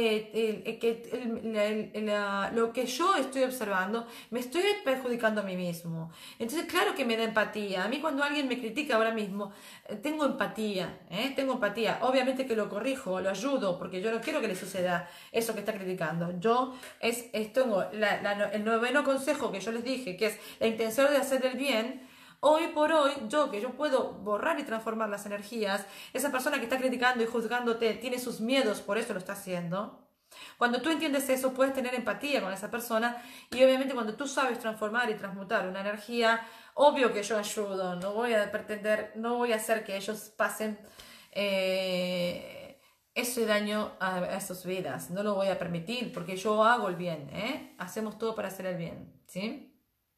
lo que yo estoy observando, me estoy perjudicando a mí mismo. Entonces, claro que me da empatía. A mí cuando alguien me critica ahora mismo, tengo empatía, tengo empatía. Obviamente que lo corrijo, lo ayudo, porque yo no quiero que le suceda eso que está criticando. Yo tengo el noveno consejo que yo les dije, que es la intención de hacer el bien. Hoy por hoy, que yo puedo borrar y transformar las energías, esa persona que está criticando y juzgándote tiene sus miedos, por eso lo está haciendo. Cuando tú entiendes eso, puedes tener empatía con esa persona y obviamente cuando tú sabes transformar y transmutar una energía, obvio que yo ayudo, no voy a pretender, no voy a hacer que ellos pasen ese daño a sus vidas, no lo voy a permitir porque yo hago el bien, hacemos todo para hacer el bien, ¿sí?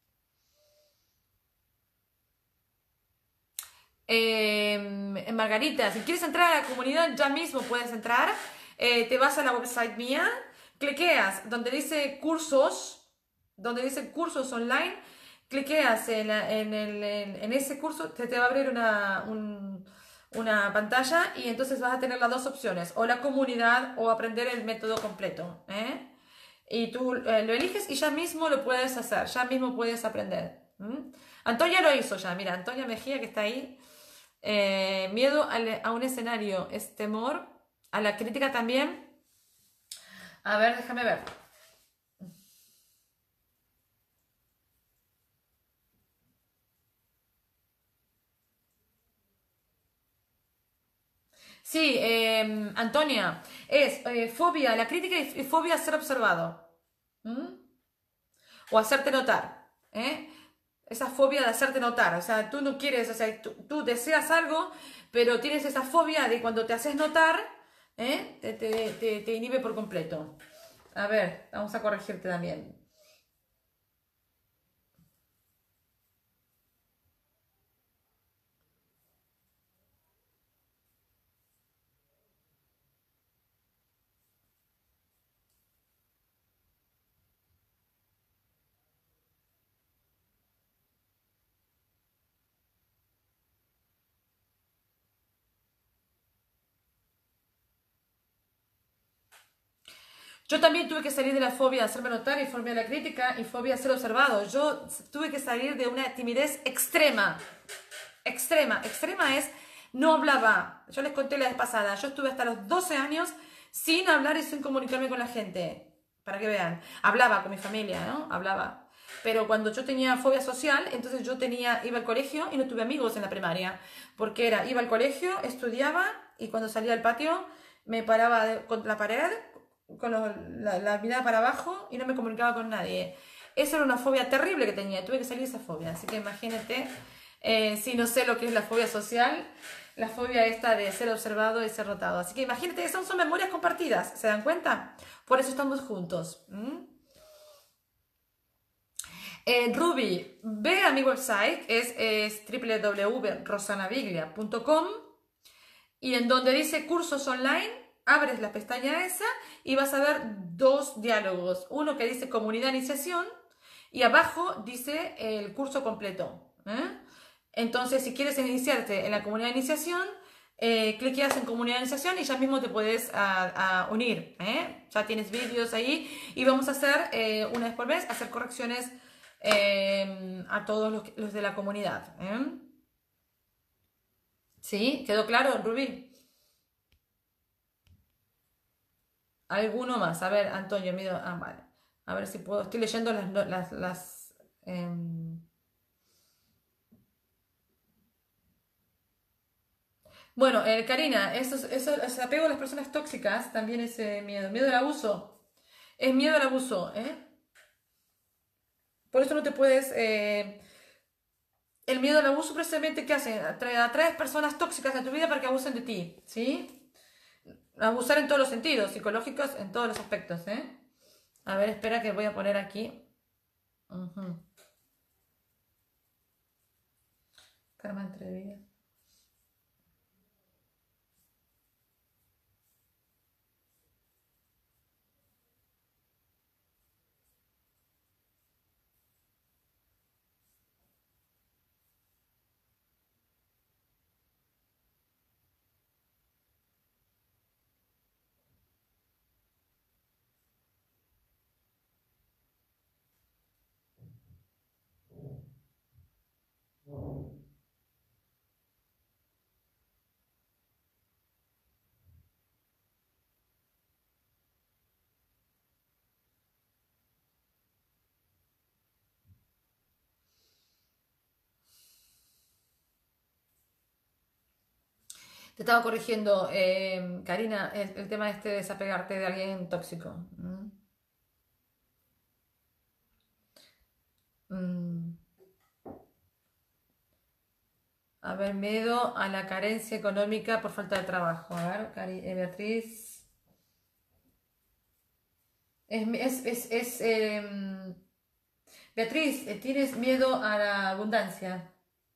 Margarita, si quieres entrar a la comunidad ya mismo puedes entrar, te vas a la website mía, cliqueas donde dice cursos online, cliqueas en ese curso, te va a abrir una pantalla y entonces vas a tener las dos opciones, o la comunidad o aprender el método completo, y tú lo eliges y ya mismo lo puedes hacer, ya mismo puedes aprender. Antonia lo hizo ya, mira, Antonia Mejía que está ahí. Miedo a un escenario es temor, a la crítica también. A ver, déjame ver. Sí, Antonia, es fobia a la crítica y fobia a ser observado. O hacerte notar. Esa fobia de hacerte notar, o sea, tú no quieres, o sea, tú deseas algo, pero tienes esa fobia de cuando te haces notar, te inhibe por completo. A ver, vamos a corregirte también. Yo también tuve que salir de la fobia de hacerme notar y fobia a la crítica y fobia a ser observado. Yo tuve que salir de una timidez extrema. Extrema es, no hablaba. Yo les conté la vez pasada, yo estuve hasta los 12 años sin hablar y sin comunicarme con la gente. Para que vean. Hablaba con mi familia, ¿no? Hablaba. Pero cuando yo tenía fobia social, entonces iba al colegio y no tuve amigos en la primaria. Porque iba al colegio, estudiaba y cuando salía al patio me paraba contra la pared con la mirada para abajo y no me comunicaba con nadie. Esa era una fobia terrible que tenía, tuve que salir de esa fobia, así que imagínate, si no sé lo que es la fobia social la fobia esta de ser observado y ser notado. Así que imagínate que son memorias compartidas, ¿se dan cuenta? Por eso estamos juntos. Ruby, ve a mi website, es www.rosanaviglia.com, y en donde dice cursos online, abres la pestaña esa y vas a ver dos diálogos. Uno que dice comunidad iniciación y abajo dice el curso completo. Entonces, si quieres iniciarte en la comunidad de iniciación, cliqueas en comunidad de iniciación y ya mismo te puedes unir. Ya tienes vídeos ahí y vamos a hacer una vez por mes, hacer correcciones a todos los de la comunidad. ¿Sí? ¿Quedó claro, Rubí? ¿Alguno más? A ver, Antonio, miedo. Ah, vale. A ver si puedo. Estoy leyendo Bueno, Karina, ese apego a las personas tóxicas también es miedo. Miedo al abuso. Es miedo al abuso, ¿eh? Por eso no te puedes. El miedo al abuso, precisamente, ¿qué hace? Atraes personas tóxicas a tu vida para que abusen de ti, ¿sí? Abusar en todos los sentidos, psicológicos, en todos los aspectos, ¿eh? A ver, espera que voy a poner aquí. Karma entre vidas. Te estaba corrigiendo, Karina, el tema este de desapegarte de alguien tóxico. Mm. A ver, miedo a la carencia económica por falta de trabajo. A ver, Beatriz. Beatriz, ¿tienes miedo a la abundancia?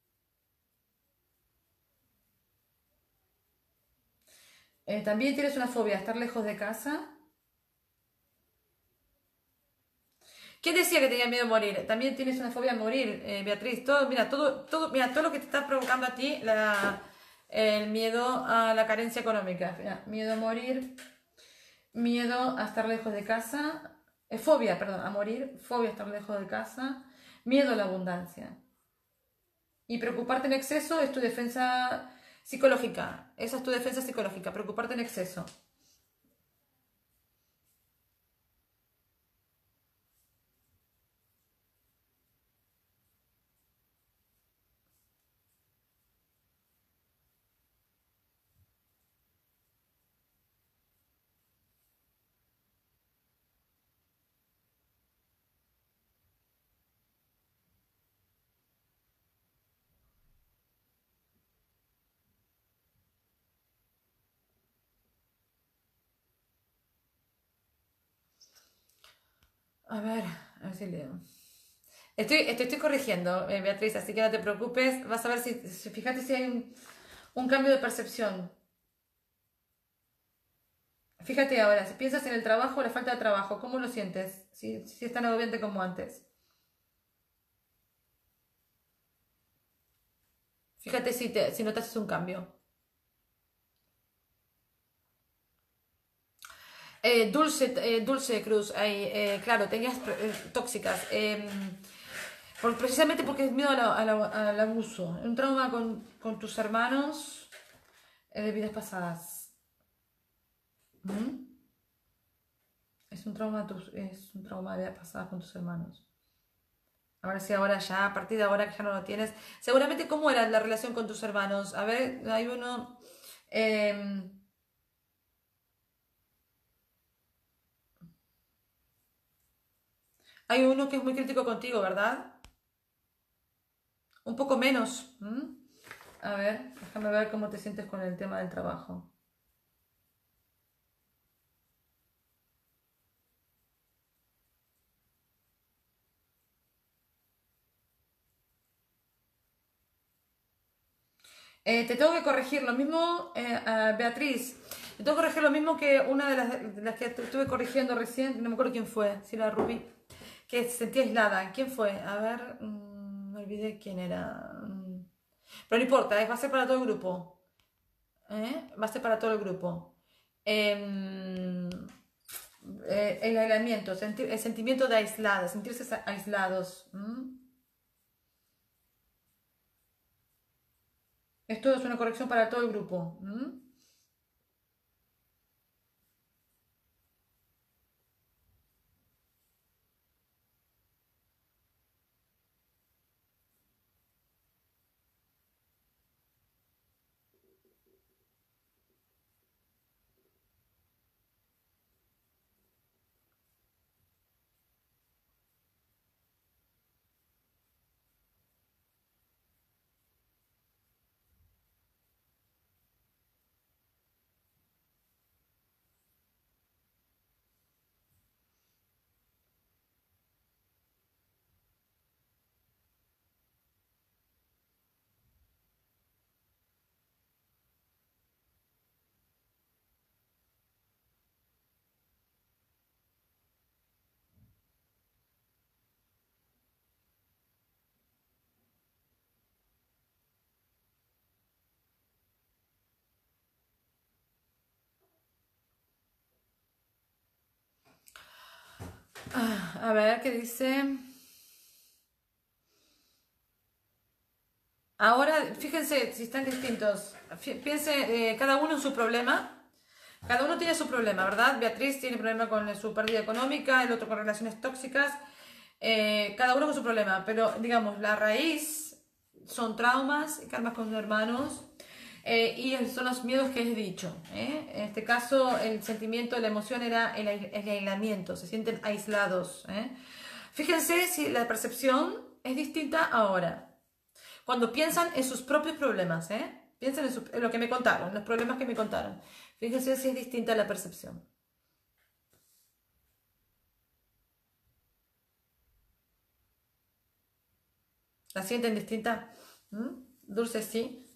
¿También tienes una fobia a estar lejos de casa? ¿Quién decía que tenía miedo a morir? También tienes una fobia a morir, Beatriz. Mira, todo lo que te está provocando a ti, el miedo a la carencia económica. Mira, miedo a morir, miedo a estar lejos de casa, fobia, perdón, a morir, fobia a estar lejos de casa, miedo a la abundancia. Y preocuparte en exceso es tu defensa psicológica. Esa es tu defensa psicológica, preocuparte en exceso. A ver si leo. Estoy corrigiendo, Beatriz, así que no te preocupes. Vas a ver fíjate si hay un cambio de percepción. Fíjate ahora, si piensas en el trabajo o la falta de trabajo, ¿cómo lo sientes? Si es tan agobiante como antes. Fíjate si notas un cambio. Dulce Cruz, claro, tenías tóxicas. Precisamente porque es miedo al abuso. Un trauma con tus hermanos de vidas pasadas. Es un trauma de vidas pasadas con tus hermanos. Ahora sí, ahora ya, a partir de ahora que ya no lo tienes. Seguramente, ¿cómo era la relación con tus hermanos? A ver, hay uno. eh, Hay uno que es muy crítico contigo, ¿verdad? Un poco menos. A ver, déjame ver cómo te sientes con el tema del trabajo. Te tengo que corregir lo mismo, Beatriz. Te tengo que corregir lo mismo que una de las que estuve corrigiendo recién. No me acuerdo quién fue, si era Rubí, que se sentía aislada. ¿Quién fue? A ver, me olvidé quién era. Pero no importa, va a ser para todo el grupo. Va a ser para todo el grupo. Em, el aislamiento, el sentimiento de aislado, sentirse aislados. Esto es una corrección para todo el grupo. A ver, ¿qué dice? Ahora, fíjense si están distintos. Piense, cada uno en su problema. Cada uno tiene su problema, ¿verdad? Beatriz tiene problema con su pérdida económica, el otro con relaciones tóxicas. Cada uno con su problema, pero digamos, la raíz son traumas, karmas con sus hermanos y son los miedos que he dicho. En este caso, el sentimiento, la emoción era el aislamiento, se sienten aislados. Fíjense si la percepción es distinta ahora. Cuando piensan en sus propios problemas, piensen en lo que me contaron, los problemas que me contaron. Fíjense si es distinta la percepción. ¿La sienten distinta? Dulce, sí.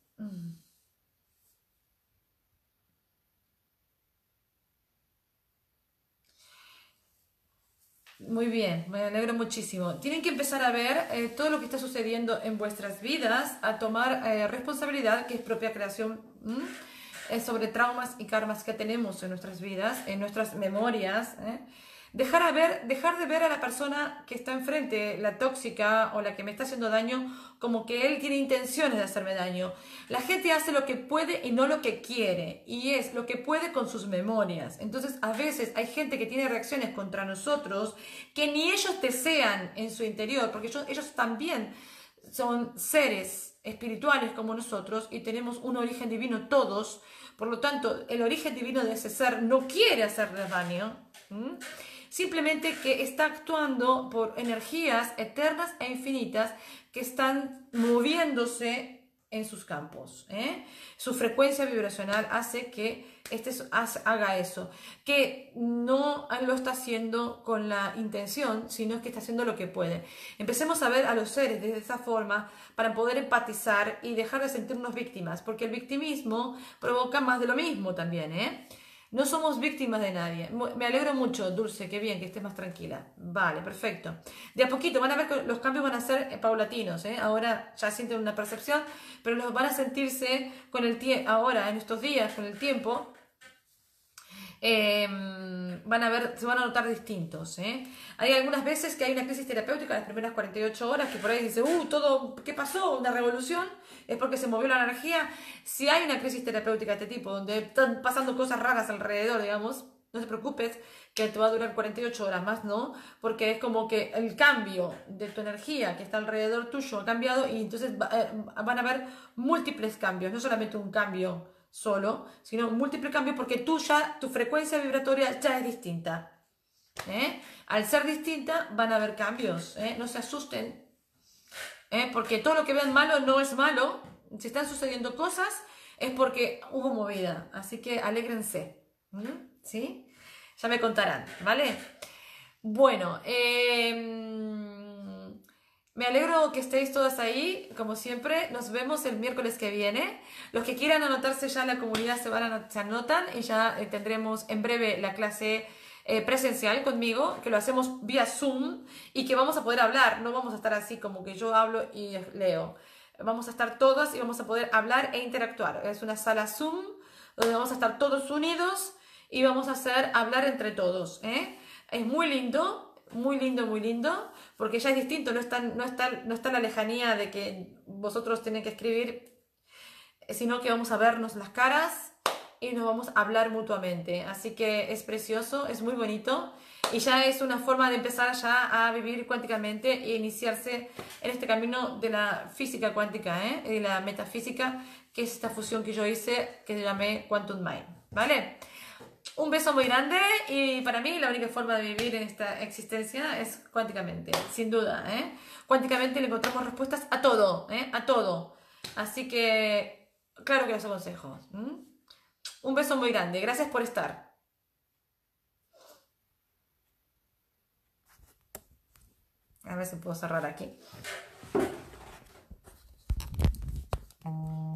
Muy bien, me alegro muchísimo. Tienen que empezar a ver todo lo que está sucediendo en vuestras vidas, a tomar responsabilidad, que es propia creación, sobre traumas y karmas que tenemos en nuestras vidas, en nuestras memorias. Dejar de ver a la persona que está enfrente, la tóxica o la que me está haciendo daño, como que él tiene intenciones de hacerme daño. La gente hace lo que puede y no lo que quiere, y es lo que puede con sus memorias. Entonces, a veces hay gente que tiene reacciones contra nosotros que ni ellos desean en su interior, porque ellos también son seres espirituales como nosotros y tenemos un origen divino todos. Por lo tanto, el origen divino de ese ser no quiere hacerles daño. Simplemente que está actuando por energías eternas e infinitas que están moviéndose en sus campos. Su frecuencia vibracional hace que haga eso, que no lo está haciendo con la intención, sino que está haciendo lo que puede. Empecemos a ver a los seres de esa forma para poder empatizar y dejar de sentirnos víctimas, porque el victimismo provoca más de lo mismo también, No somos víctimas de nadie. Me alegro mucho, Dulce, qué bien, que estés más tranquila. Vale, perfecto. De a poquito, van a ver que los cambios van a ser paulatinos, Ahora ya sienten una percepción, pero los van a sentirse con el tiempo, ahora, en estos días, con el tiempo, van a ver, se van a notar distintos. Hay algunas veces que hay una crisis terapéutica las primeras 48 horas, que por ahí dice, todo, ¿qué pasó? ¿Una revolución? Es porque se movió la energía. Si hay una crisis terapéutica de este tipo, donde están pasando cosas raras alrededor, digamos, no te preocupes, que te va a durar 48 horas más, ¿no? Porque es como que el cambio de tu energía que está alrededor tuyo ha cambiado y entonces van a haber múltiples cambios, no solamente un cambio solo, sino múltiples cambios porque tu frecuencia vibratoria ya es distinta. Al ser distinta van a haber cambios, no se asusten, porque todo lo que vean malo no es malo, Si están sucediendo cosas, es porque hubo movida. Así que alégrense. ¿Sí? Ya me contarán, ¿vale? Bueno, me alegro que estéis todas ahí, como siempre. Nos vemos el miércoles que viene. Los que quieran anotarse ya en la comunidad se anotan y ya tendremos en breve la clase presencial conmigo, que lo hacemos vía Zoom y que vamos a poder hablar. No vamos a estar así como que yo hablo y leo. Vamos a estar todas y vamos a poder hablar e interactuar. Es una sala Zoom donde vamos a estar todos unidos y vamos a hacer hablar entre todos, ¿eh? Es muy lindo, muy lindo, muy lindo, porque ya es distinto, no está la lejanía de que vosotros tienen que escribir, sino que vamos a vernos las caras y nos vamos a hablar mutuamente. Así que es precioso, es muy bonito y ya es una forma de empezar ya a vivir cuánticamente e iniciarse en este camino de la física cuántica, de la metafísica, que es esta fusión que yo hice, que llamé Quantum Mind, ¿vale? Un beso muy grande y para mí la única forma de vivir en esta existencia es cuánticamente, sin duda, Cuánticamente le encontramos respuestas a todo, a todo. Así que, claro que los aconsejo. Un beso muy grande, gracias por estar. A ver si puedo cerrar aquí.